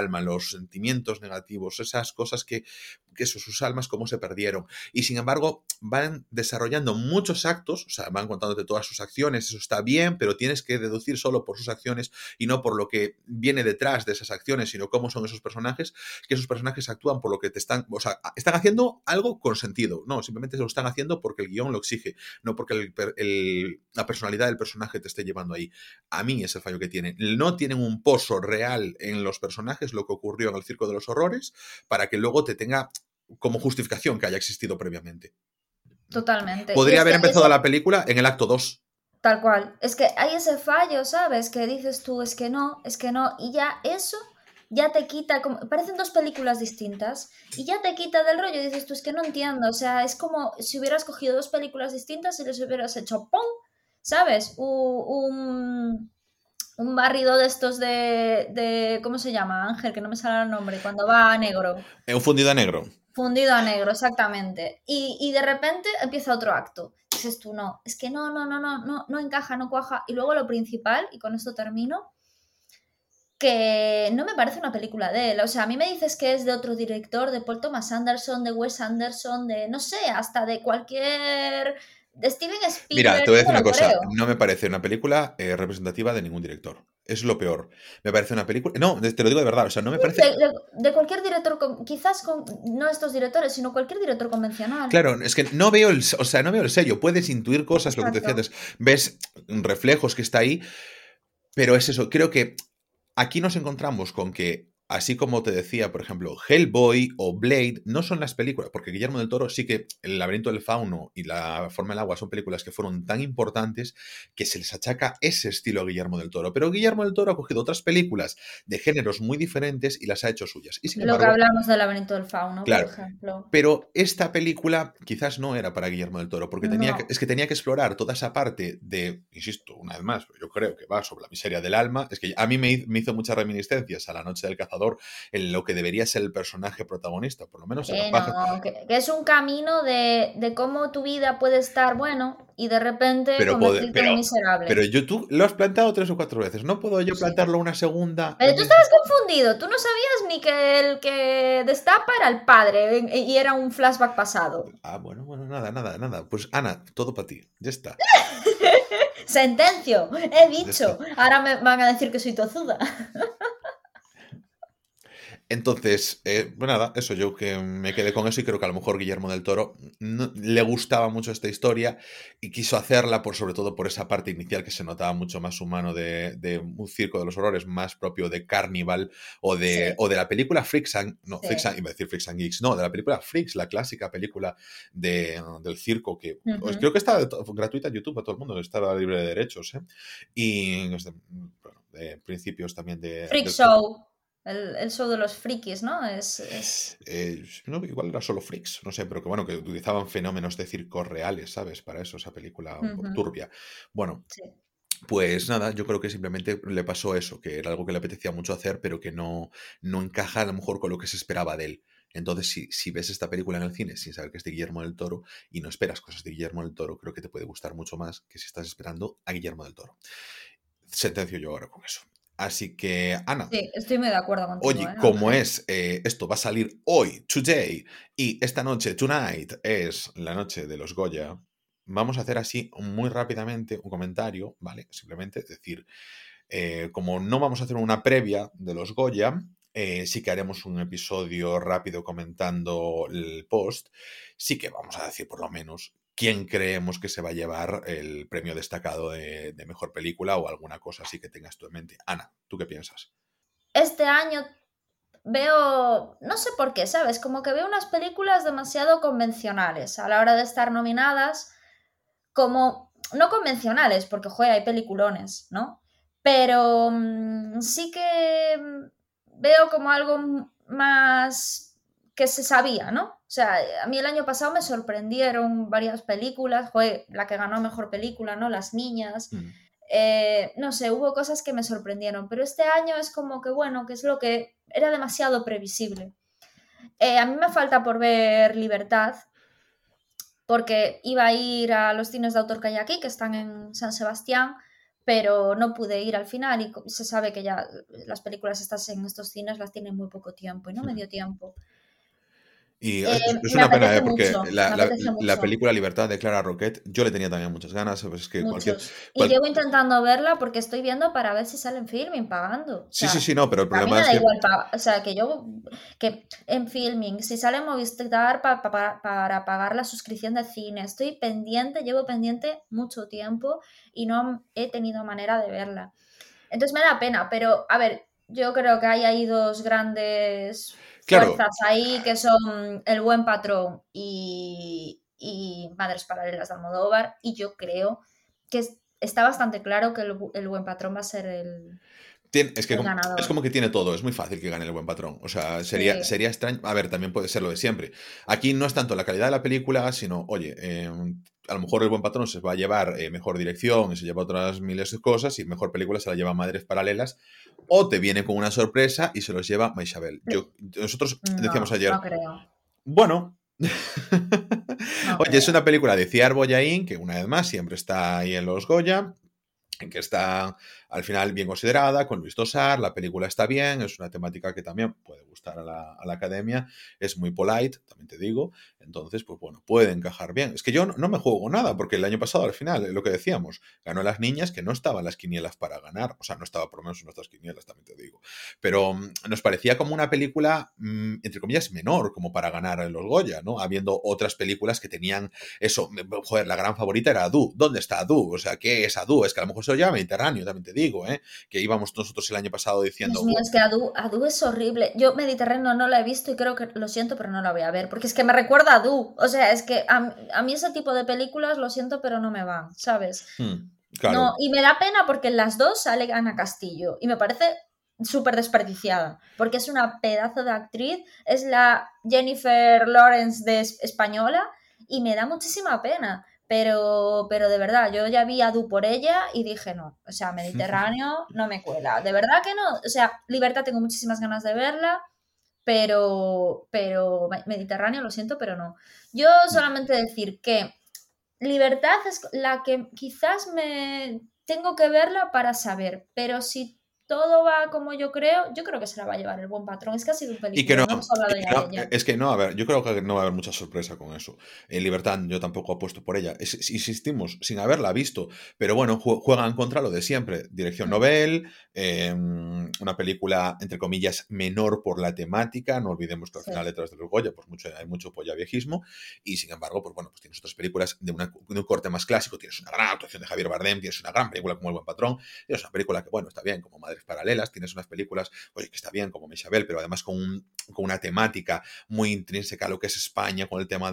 A: alma, los sentimientos negativos, esas cosas que sus almas cómo se perdieron. Y sin embargo, van desarrollando muchos actos, o sea, van contándote todas sus acciones, eso está bien, pero tienes que deducir solo por sus acciones y no por lo que viene detrás de esas acciones, sino cómo son esos personajes, que esos personajes actúan por lo que te están, o sea, están haciendo algo con sentido, no, simplemente lo están haciendo porque el guión lo exige, no porque la personalidad del personaje te esté llevando ahí. A mí es el fallo que tienen. No tienen un pozo real en los personajes, lo que ocurrió en el Circo de los Horrores, para que luego te tenga como justificación que haya existido previamente.
B: Totalmente.
A: Podría haber empezado la película en el acto 2.
B: Tal cual. Es que hay ese fallo, ¿sabes? Que dices tú, es que no, y ya eso ya te quita, como, parecen dos películas distintas, y ya te quita del rollo, y dices tú, es que no entiendo, o sea, es como si hubieras cogido dos películas distintas y les hubieras hecho ¡pum! ¿Sabes? Un barrido de estos de ¿cómo se llama? Ángel, que no me sale el nombre, cuando va a negro.
A: Un fundido a negro.
B: Fundido a negro, exactamente. Y de repente empieza otro acto. Dices tú, no, es que no encaja, no cuaja. Y luego lo principal, y con esto termino, que no me parece una película de él. O sea, a mí me dices que es de otro director, de Paul Thomas Anderson, de Wes Anderson, de, no sé, hasta de cualquier... de Steven Spielberg.
A: Mira, te voy a decir
B: no
A: una cosa.
B: creo.
A: No me parece una película representativa de ningún director. Es lo peor. Me parece una película... No, te lo digo de verdad. O sea, no me parece...
B: De cualquier director, quizás con, no estos directores, sino cualquier director convencional.
A: Claro, es que no veo el sello. Puedes intuir cosas, exacto, lo que te decía antes. Ves reflejos que está ahí, pero es eso. Creo que aquí nos encontramos con que, así como te decía, por ejemplo, Hellboy o Blade no son las películas, porque Guillermo del Toro sí que El laberinto del fauno y La forma del agua son películas que fueron tan importantes que se les achaca ese estilo a Guillermo del Toro. Pero Guillermo del Toro ha cogido otras películas de géneros muy diferentes y las ha hecho suyas. Y sin embargo,
B: lo que hablamos del laberinto del fauno,
A: claro,
B: por ejemplo.
A: Pero esta película quizás no era para Guillermo del Toro, porque tenía que explorar toda esa parte de, insisto, una vez más, yo creo que va sobre la miseria del alma. Es que a mí me hizo muchas reminiscencias a La noche del cazador en lo que debería ser el personaje protagonista, por lo menos en la paja.
B: No, que es un camino de cómo tu vida puede estar bueno y de repente convertirte en un miserable.
A: Pero tú lo has plantado 3 o 4 veces. ¿No puedo yo plantarlo una segunda?
B: Pero tú estabas confundido. Tú no sabías ni que el que destapa era el padre y era un flashback pasado.
A: Ah, bueno, nada. Pues Ana, todo para ti. Ya está.
B: Sentencio. He dicho. Ahora me van a decir que soy tozuda.
A: Entonces, pues nada, eso, yo que me quedé con eso y creo que a lo mejor Guillermo del Toro le gustaba mucho esta historia y quiso hacerla sobre todo por esa parte inicial que se notaba mucho más humano de un circo de los horrores, más propio de Carnival o de la película Freaks and... No, sí. Iba a decir Freaks and Geeks, no, de la película Freaks, la clástica película del circo que pues, creo que está gratuita en YouTube a todo el mundo, estaba libre de derechos, ¿eh? Y bueno, de principios también de...
B: Freak Show. El show de los frikis, ¿no?
A: No, igual era solo freaks, no sé, pero que bueno, que utilizaban fenómenos de circo reales, ¿sabes? Para eso, esa película un poco turbia. Bueno, pues nada, yo creo que simplemente le pasó eso, que era algo que le apetecía mucho hacer, pero que no encaja a lo mejor con lo que se esperaba de él. Entonces, si ves esta película en el cine sin saber que es de Guillermo del Toro y no esperas cosas de Guillermo del Toro, creo que te puede gustar mucho más que si estás esperando a Guillermo del Toro. Sentencio yo ahora con eso. Así que, Ana.
B: Sí, estoy muy de acuerdo contigo.
A: Oye, como esto va a salir hoy, today, y esta noche, tonight, es la noche de los Goya, vamos a hacer así muy rápidamente un comentario, ¿vale? Simplemente decir, como no vamos a hacer una previa de los Goya, sí que haremos un episodio rápido comentando el post, sí que vamos a decir por lo menos quién creemos que se va a llevar el premio destacado de mejor película o alguna cosa así que tengas tú en mente. Ana, ¿tú qué piensas?
B: Este año veo, no sé por qué, ¿sabes? Como que veo unas películas demasiado convencionales a la hora de estar nominadas, como, no convencionales, porque, joder, hay peliculones, ¿no? Pero sí que veo como algo más que se sabía, ¿no? O sea, a mí el año pasado me sorprendieron varias películas, joder, la que ganó mejor película, ¿no? Las niñas. No sé, hubo cosas que me sorprendieron, pero este año es como que, bueno, que es lo que era demasiado previsible. A mí me falta por ver Libertad, porque iba a ir a los cines de autor que hay aquí, que están en San Sebastián, pero no pude ir al final y se sabe que ya las películas estas en estos cines las tienen muy poco tiempo y no me dio tiempo.
A: Y es
B: Me
A: una pena,
B: apetece
A: porque
B: mucho, me apetece
A: la
B: mucho.
A: película Libertad de Clara Roquet, yo le tenía también muchas ganas, pues es que
B: Muchos. Y llevo intentando verla porque estoy viendo para ver si sale en Filming pagando. O
A: Sí, sí,
B: sea,
A: sí, no, pero el
B: a mí
A: problema
B: me
A: es
B: da
A: que,
B: igual pagar. O sea, que en Filming, si sale en Movistar para pagar la suscripción de cine, estoy pendiente, llevo pendiente mucho tiempo y no he tenido manera de verla. Entonces me da pena, pero a ver, yo creo que hay ahí dos grandes
A: claro,
B: fuerzas ahí que son El Buen Patrón y Madres Paralelas de Almodóvar, y yo creo que está bastante claro que el Buen Patrón va a ser
A: Es que
B: el
A: es
B: ganador.
A: como que tiene todo, es muy fácil que gane el buen patrón. O sea,
B: Sí,
A: sería extraño. A ver, también puede ser lo de siempre. Aquí no es tanto la calidad de la película, sino, oye, a lo mejor el buen patrón se va a llevar mejor dirección y se lleva otras miles de cosas y mejor película se la lleva Madres Paralelas. O te viene con una sorpresa y se los lleva Maishabel. Nosotros decíamos
B: no,
A: ayer,
B: no creo,
A: bueno.
B: no
A: Oye, es una
B: creo.
A: película de Ciar Boyain, que una vez más siempre está ahí en los Goya, que está al final bien considerada, con Luis Tosar, la película está bien, es una temática que también puede gustar a la academia, es muy polite, también te digo, entonces, pues bueno, puede encajar bien. Es que yo no me juego nada, porque el año pasado, al final, lo que decíamos, ganó Las Niñas, que no estaban las quinielas para ganar, o sea, no estaba por lo menos en nuestras quinielas, también te digo, pero nos parecía como una película, entre comillas, menor, como para ganar en los Goya, ¿no? Habiendo otras películas que tenían eso, joder, la gran favorita era Adu. ¿Dónde está Adu? O sea, ¿qué es Adu? Es que a lo mejor se lo llama Mediterráneo, también te digo, ¿eh? Que íbamos nosotros el año pasado
B: Dios
A: diciendo,
B: mío, es que Adu es horrible. Yo Mediterráneo no la he visto y creo que, lo siento, pero no la voy a ver, porque es que me recuerda a Adu. O sea, es que a mí ese tipo de películas, lo siento, pero no me van, ¿sabes? No,
A: claro,
B: y me da pena porque en las dos sale Ana Castillo y me parece súper desperdiciada, porque es una pedazo de actriz, es la Jennifer Lawrence española y me da muchísima pena. Pero de verdad, yo ya vi a Du por ella y dije no, o sea, Mediterráneo no me cuela, de verdad que no, o sea, Libertad tengo muchísimas ganas de verla, pero Mediterráneo lo siento, pero no. Yo solamente decir que Libertad es la que quizás me tengo que verla para saber, pero si todo va como yo creo que se la va a llevar el Buen Patrón. Es que ha sido un
A: Y que
B: película,
A: no,
B: no hemos hablado ya de ella.
A: es que no, a ver, yo creo que no va a haber mucha sorpresa con eso. En Libertad yo tampoco apuesto por ella. Insistimos, sin haberla visto, pero bueno, juegan contra lo de siempre. Dirección
B: Mm,
A: novel, una película, entre comillas, menor por la temática. No olvidemos que al
B: sí,
A: final detrás de los Goya pues hay mucho viejismo. Y sin embargo, pues bueno, pues tienes otras películas de un corte más clásico. Tienes una gran actuación de Javier Bardem, tienes una gran película como El Buen Patrón, tienes una película que, bueno, está bien, como Madres Paralelas, tienes unas películas, oye, que está bien, como Isabel, pero además con una temática muy intrínseca a lo que es España, con el tema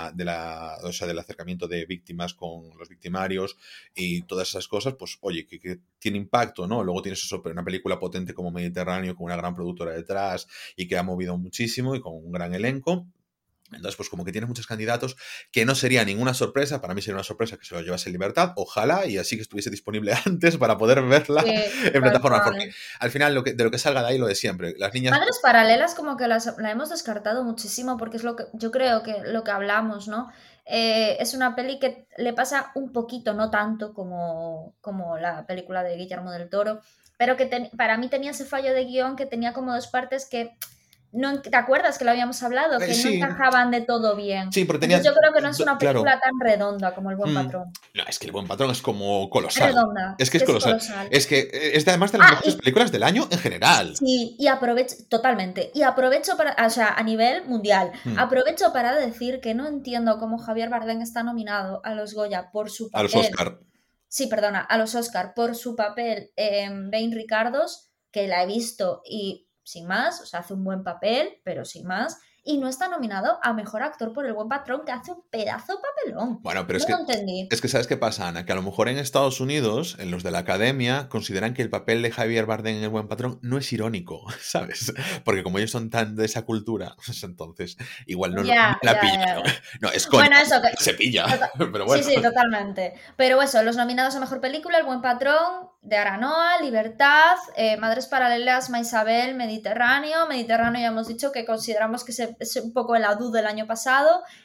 A: o sea, del acercamiento de víctimas con los victimarios y todas esas cosas, pues oye, que tiene impacto, ¿no? Luego tienes eso, pero una película potente como Mediterráneo, con una gran productora detrás y que ha movido muchísimo y con un gran elenco. Entonces, pues como que tienes muchos candidatos, que no sería ninguna sorpresa, para mí sería una sorpresa que se lo llevase en libertad, ojalá, y así que estuviese disponible antes para poder verla
B: sí,
A: en
B: tal
A: plataformas, porque
B: cual.
A: al final de lo que salga de ahí lo de siempre, las niñas.
B: Madres Paralelas como que la hemos descartado muchísimo porque es lo que yo creo que lo que hablamos, ¿no? Es una peli que le pasa un poquito, no tanto como la película de Guillermo del Toro, pero que para mí tenía ese fallo de guión que tenía como dos partes que no, ¿te acuerdas que lo habíamos hablado? Que no
A: Sí,
B: encajaban de todo bien.
A: sí, pero tenía,
B: Entonces yo creo que no es una
A: claro.
B: película tan redonda como El Buen Patrón.
A: No, es que El Buen Patrón es como
B: Es
A: colosal.
B: redonda,
A: Es que
B: es
A: es
B: que es
A: colosal.
B: colosal.
A: Es que es además de las
B: Ah,
A: mejores películas del año en general.
B: sí, y aprovecho, totalmente, y aprovecho para, o sea, a nivel mundial,
A: Mm,
B: aprovecho para decir que no entiendo cómo Javier Bardem está nominado a los Goya por su
A: a los
B: papel,
A: Oscar.
B: sí, perdona, a los Oscar por su papel en Vein Ricardos, que la he visto y sin más, o sea, hace un buen papel, pero sin más, y no está nominado a Mejor Actor por El Buen Patrón, que hace un pedazo papelón.
A: Bueno, pero
B: No lo entendí.
A: es que ¿sabes qué pasa, Ana? Que a lo mejor en Estados Unidos, en los de la academia, consideran que el papel de Javier Bardem en El Buen Patrón no es irónico, ¿sabes? Porque como ellos son tan de esa cultura, pues entonces igual no
B: Ya,
A: la
B: ya, ya,
A: pillan.
B: ya.
A: No, es coña,
B: Bueno, eso,
A: se pilla, pero
B: sí,
A: bueno.
B: sí, totalmente. Pero eso, los nominados a Mejor Película, El Buen Patrón, de Aranoa, Libertad, Madres Paralelas, Maisabel, Mediterráneo. Mediterráneo ya hemos dicho que consideramos que es un poco el Adu del año pasado.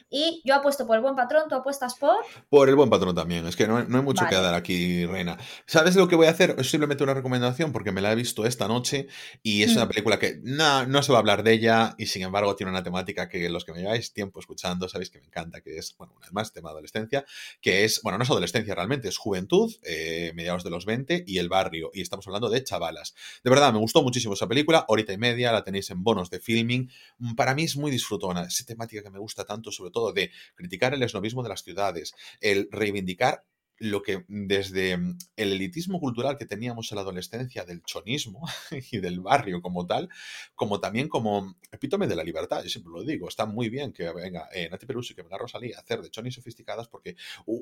B: Y yo apuesto por El Buen Patrón, ¿tú apuestas por?
A: Por El Buen Patrón también, es que no hay mucho que
B: Vale.
A: dar aquí, reina. ¿Sabes lo que voy a hacer? Es simplemente una recomendación porque me la he visto esta noche y es una
B: Hmm.
A: película que no se va a hablar de ella y sin embargo tiene una temática que los que me lleváis tiempo escuchando sabéis que me encanta, que es, bueno, una vez más, tema adolescencia, que es, bueno, no es adolescencia realmente, es juventud, mediados de los 20 y el barrio, y estamos hablando de Chavalas. De verdad, me gustó muchísimo esa película, horita y media, la tenéis en bonos de Filming. Para mí es muy disfrutona, esa temática que me gusta tanto, sobre todo de criticar el esnovismo de las ciudades, el reivindicar lo que desde el elitismo cultural que teníamos en la adolescencia del chonismo y del barrio como tal, como también como epítome de la libertad, yo siempre lo digo, está muy bien que venga Nati Peluso y que venga Rosalía a hacer de chonis sofisticadas porque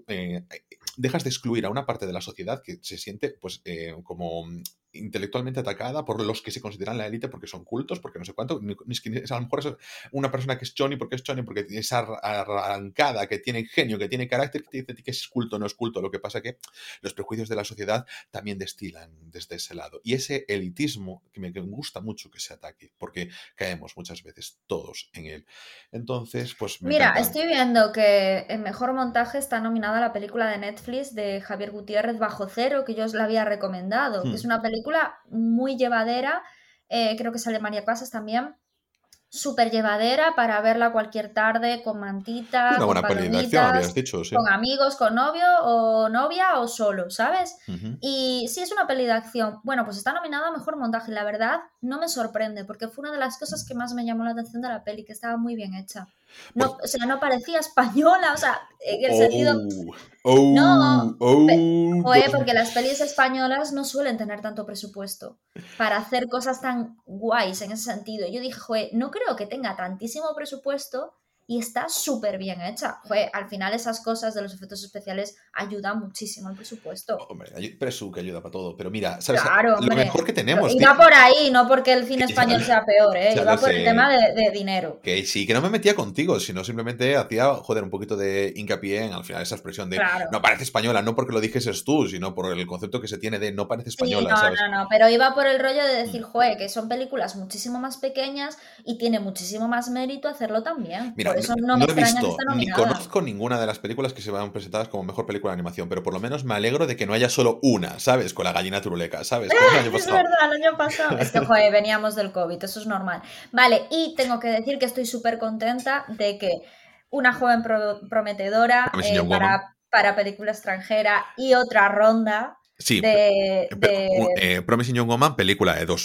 A: dejas de excluir a una parte de la sociedad que se siente pues como intelectualmente atacada por los que se consideran la élite porque son cultos, porque no sé cuánto, a lo mejor es una persona que es choni porque es arrancada, que tiene genio, que tiene carácter, que te dice que es culto, no es culto. Lo que pasa que los prejuicios de la sociedad también destilan desde ese lado. Y ese elitismo que me gusta mucho que se ataque, porque caemos muchas veces todos en él. Entonces, pues me
B: Mira,
A: encanta.
B: estoy viendo que en mejor montaje está nominada la película de Netflix de Javier Gutiérrez Bajo Cero, que yo os la había recomendado, que es
A: Hmm.
B: una película muy llevadera, creo que sale María Casas también, súper llevadera para verla cualquier tarde con mantita,
A: Una
B: con
A: buena peli de acción, habías
B: palomitas,
A: dicho, sí.
B: con amigos, con novio o novia o solo, ¿sabes?
A: Ujú.
B: Y sí es una peli de acción. Bueno, pues está nominada a mejor montaje. La verdad, no me sorprende, porque fue una de las cosas que más me llamó la atención de la peli, que estaba muy bien hecha. No,
A: Por...
B: o sea, no parecía española, o sea, en el sentido.
A: Oh,
B: No,
A: oh, oh,
B: joder, porque las pelis españolas no suelen tener tanto presupuesto para hacer cosas tan guays en ese sentido. Yo dije, joder, no creo que tenga tantísimo presupuesto y está súper bien hecha. Joder, al final esas cosas de los efectos especiales ayudan muchísimo al presupuesto.
A: hombre, Presu que ayuda para todo, pero mira, ¿sabes?
B: Claro,
A: Lo
B: hombre.
A: mejor que
B: Pero
A: tenemos,
B: iba por ahí, no porque el cine
A: ya,
B: español sea peor, ¿eh?
A: ya lo
B: Iba por el tema
A: sé,
B: de dinero.
A: que sí, que no me metía contigo, sino simplemente hacía, joder, un poquito de hincapié en al final esa expresión de
B: Claro.
A: no parece española, no porque lo dijeses tú, sino por el concepto que se tiene de no parece
B: Sí,
A: española,
B: no,
A: ¿sabes?
B: no, no, pero iba por el rollo de
A: Mm.
B: decir, joder, que son películas muchísimo más pequeñas y tiene muchísimo más mérito hacerlo también.
A: Mira,
B: Por eso no me
A: no he
B: extraña que
A: visto
B: esté
A: ni
B: nominada.
A: conozco ninguna de las películas que se van presentadas como mejor película de animación, pero por lo menos me alegro de que no haya solo una, ¿sabes? Con la gallina turuleca, ¿sabes? Como el año
B: Es
A: pasado.
B: verdad, el año pasado. Es que, joder, veníamos del COVID, eso es normal. Vale, y tengo que decir que estoy súper contenta de que una joven prometedora
A: Promising Young Woman.
B: para película extranjera y otra ronda
A: Sí, pero,
B: de.
A: Promising Young Woman, película de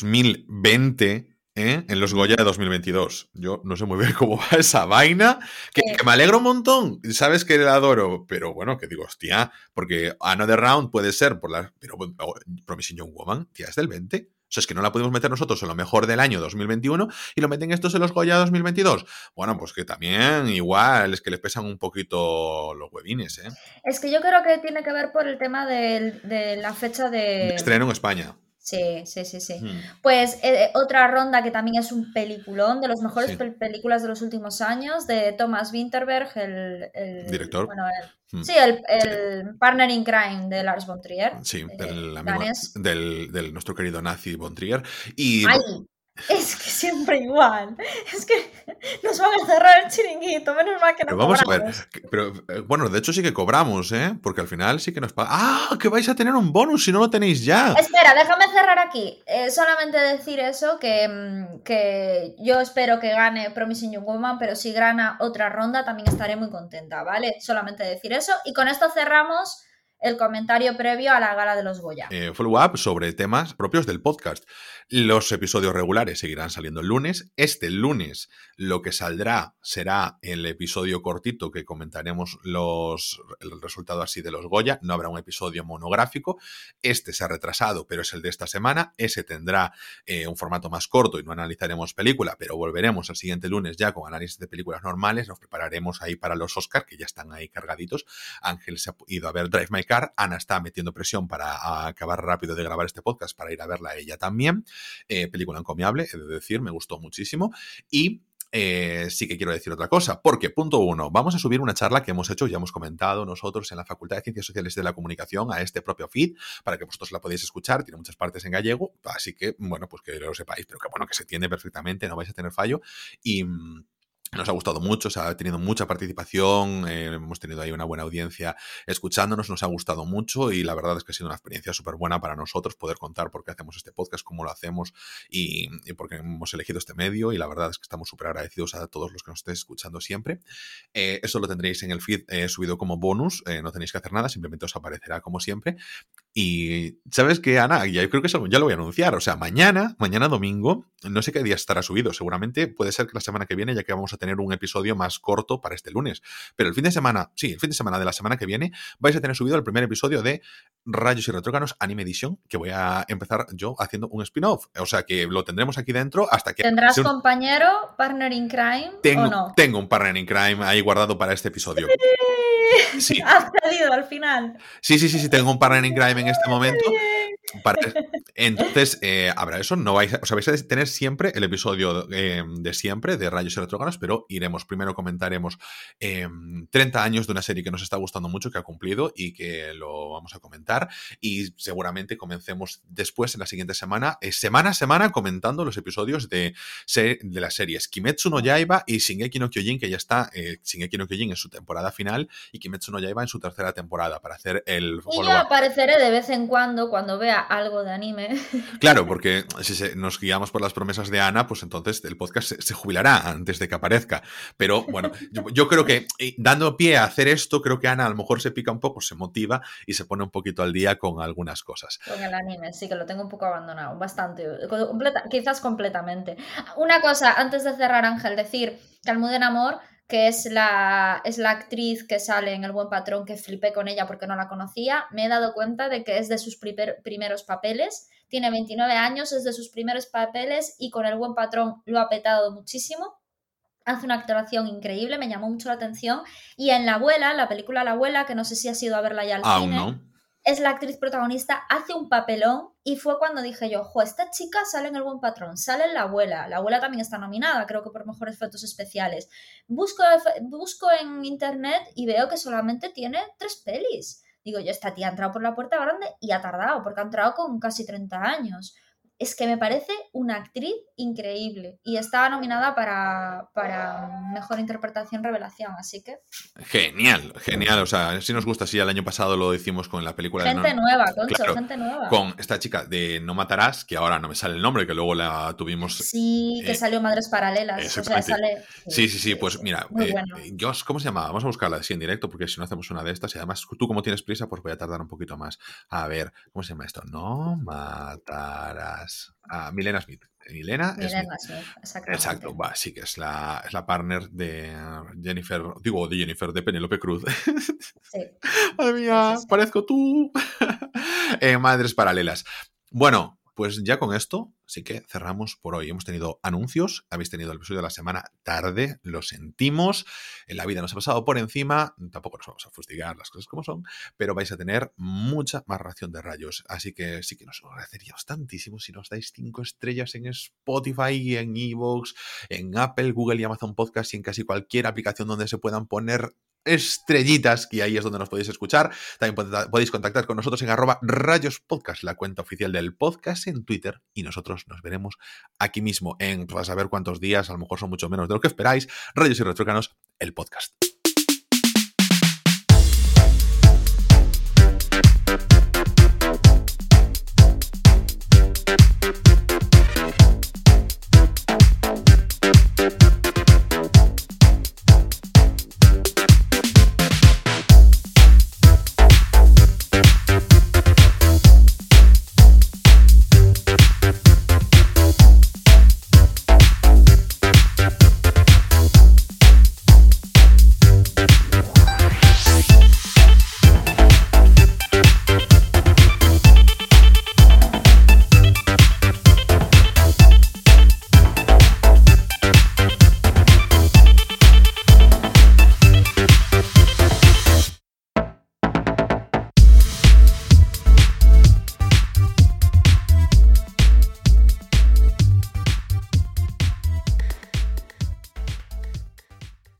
A: 2020, en los Goya de 2022. Yo no sé muy bien cómo va esa vaina, que me alegro un montón, sabes que la adoro, pero bueno, que digo, hostia, porque Another Round puede ser por la... Pero Promising Young Woman, tía, es del 20. O sea, es que no la podemos meter nosotros en lo mejor del año 2021 y lo meten estos en los Goya 2022. Bueno, pues que también igual es que les pesan un poquito los huevines, ¿eh?
B: Es que yo creo que tiene que ver por el tema de la fecha
A: De
B: de.
A: estreno en España.
B: Sí, sí, sí, sí.
A: Hmm.
B: Pues otra ronda que también es un peliculón, de las mejores
A: Sí,
B: películas de los últimos años, de Thomas Winterberg,
A: director.
B: bueno,
A: Hmm.
B: sí,
A: Sí,
B: el partner in crime de Lars von Trier,
A: sí, del amigo
B: danés.
A: del nuestro querido nazi Von Trier. Y
B: ¡Ay! Es que siempre igual. Es que nos van a cerrar el chiringuito, menos mal que
A: pero
B: no
A: vamos a ver,
B: cobramos.
A: pero bueno, de hecho sí que cobramos, ¿eh? Porque al final sí que nos paga. ¡Ah! Que vais a tener un bonus si no lo tenéis ya.
B: Espera, déjame cerrar aquí. Solamente decir eso, que yo espero que gane Promising Young Woman, pero si gana otra ronda también estaré muy contenta, ¿vale? Solamente decir eso. Y con esto cerramos el comentario previo a la gala de los Goya.
A: Follow-up sobre temas propios del podcast. Los episodios regulares seguirán saliendo el lunes. Este lunes lo que saldrá será el episodio cortito que comentaremos el resultado así de los Goya. No habrá un episodio monográfico. Este se ha retrasado, pero es el de esta semana. Ese tendrá un formato más corto y no analizaremos película, pero volveremos el siguiente lunes ya con análisis de películas normales. Nos prepararemos ahí para los Oscar, que ya están ahí cargaditos. Ángel se ha ido a ver Drive My Car. Ana está metiendo presión para acabar rápido de grabar este podcast para ir a verla ella también. Película encomiable, he de decir, me gustó muchísimo. Y sí que quiero decir otra cosa, porque punto 1, vamos a subir una charla que hemos hecho, ya hemos comentado nosotros en la Facultad de Ciencias Sociales de la Comunicación a este propio feed, para que vosotros la podáis escuchar, tiene muchas partes en gallego, así que, bueno, pues que lo sepáis, pero que bueno, que se entiende perfectamente, no vais a tener fallo. Y Nos ha gustado mucho, o sea, ha tenido mucha participación, hemos tenido ahí una buena audiencia escuchándonos, nos ha gustado mucho y la verdad es que ha sido una experiencia súper buena para nosotros poder contar por qué hacemos este podcast, cómo lo hacemos y por qué hemos elegido este medio y la verdad es que estamos súper agradecidos a todos los que nos estéis escuchando siempre. Eso lo tendréis en el feed subido como bonus, no tenéis que hacer nada, simplemente os aparecerá como siempre. Y ¿sabes qué, Ana? Ya creo que eso ya lo voy a anunciar. O sea, mañana domingo, no sé qué día estará subido. Seguramente puede ser que la semana que viene, ya que vamos a tener un episodio más corto para este lunes. Pero el fin de semana de la semana que viene, vais a tener subido el primer episodio de Rayos y Retrógranos Anime Edition, que voy a empezar yo haciendo un spin-off. O sea, que lo tendremos aquí dentro hasta que...
B: ¿Tendrás compañero, partner in crime o no?
A: Tengo un partner in crime ahí guardado para este episodio. Sí.
B: Has salido al final.
A: Sí, tengo un partner in crime en este momento. Entonces, habrá eso, no vais a, o sea, vais a tener siempre el episodio de siempre de Rayos y Retrógranos, pero primero comentaremos 30 años de una serie que nos está gustando mucho, que ha cumplido y que lo vamos a comentar, y seguramente comencemos después en la siguiente semana, semana a semana, comentando los episodios de las series Kimetsu no Yaiba y Shingeki no Kyojin, que ya está Shingeki no Kyojin en su temporada final y Kimetsu no Yaiba en su tercera temporada, para hacer el...
B: Y yo apareceré de vez en cuando vea algo de anime.
A: Claro, porque si nos guiamos por las promesas de Ana, pues entonces el podcast se jubilará antes de que aparezca. Pero bueno, yo creo que dando pie a hacer esto, creo que Ana a lo mejor se pica un poco, se motiva y se pone un poquito al día con algunas cosas.
B: Con el anime, sí, que lo tengo un poco abandonado, bastante, quizás completamente. Una cosa, antes de cerrar, Ángel, decir que Almudena Amor, que es la actriz que sale en El Buen Patrón, que flipé con ella porque no la conocía, me he dado cuenta de que es de sus primeros papeles, tiene 29 años, es de sus primeros papeles y con El Buen Patrón lo ha petado muchísimo, hace una actuación increíble, me llamó mucho la atención, y en La Abuela, la película La Abuela, que no sé si has ido a verla ya al cine,
A: no.
B: es la actriz protagonista, hace un papelón y fue cuando dije yo, esta chica sale en El Buen Patrón, sale en La Abuela también está nominada, creo que por mejores efectos especiales. Busco en internet y veo que solamente tiene 3 pelis. Digo yo, esta tía ha entrado por la puerta grande y ha tardado, porque ha entrado con casi 30 años. Es que me parece una actriz increíble y estaba nominada para Mejor Interpretación Revelación, así que...
A: Genial, o sea, sí nos gusta, sí, el año pasado lo hicimos con la película
B: gente nueva, Concho,
A: claro,
B: gente nueva.
A: Con esta chica de No Matarás, que ahora no me sale el nombre, que luego la tuvimos...
B: Sí, que salió Madres Paralelas. O sea, sale...
A: Sí, pues mira,
B: bueno.
A: Josh, ¿cómo se llamaba? Vamos a buscarla así en directo, porque si no hacemos una de estas, y además tú como tienes prisa, pues voy a tardar un poquito más. A ver, ¿cómo se llama esto? No Matarás. Milena Smith. Milena Smith. Exacto, sí que es la partner de Jennifer, de Penélope Cruz.
B: Sí.
A: Madre mía, sí. Parezco tú. Madres Paralelas. Bueno, pues ya con esto sí que cerramos por hoy. Hemos tenido anuncios, habéis tenido el episodio de la semana tarde, lo sentimos, en la vida nos ha pasado por encima, tampoco nos vamos a fustigar las cosas como son, pero vais a tener mucha más ración de rayos, así que sí que nos agradeceríamos tantísimo si nos dais 5 estrellas en Spotify, en iVoox, en Apple, Google y Amazon Podcast y en casi cualquier aplicación donde se puedan poner estrellitas, y ahí es donde nos podéis escuchar. También podéis contactar con nosotros en @rayospodcast, la cuenta oficial del podcast en Twitter, y nosotros nos veremos aquí mismo en, pues a saber cuántos días, a lo mejor son mucho menos de lo que esperáis, Rayos y Retrógranos, el podcast.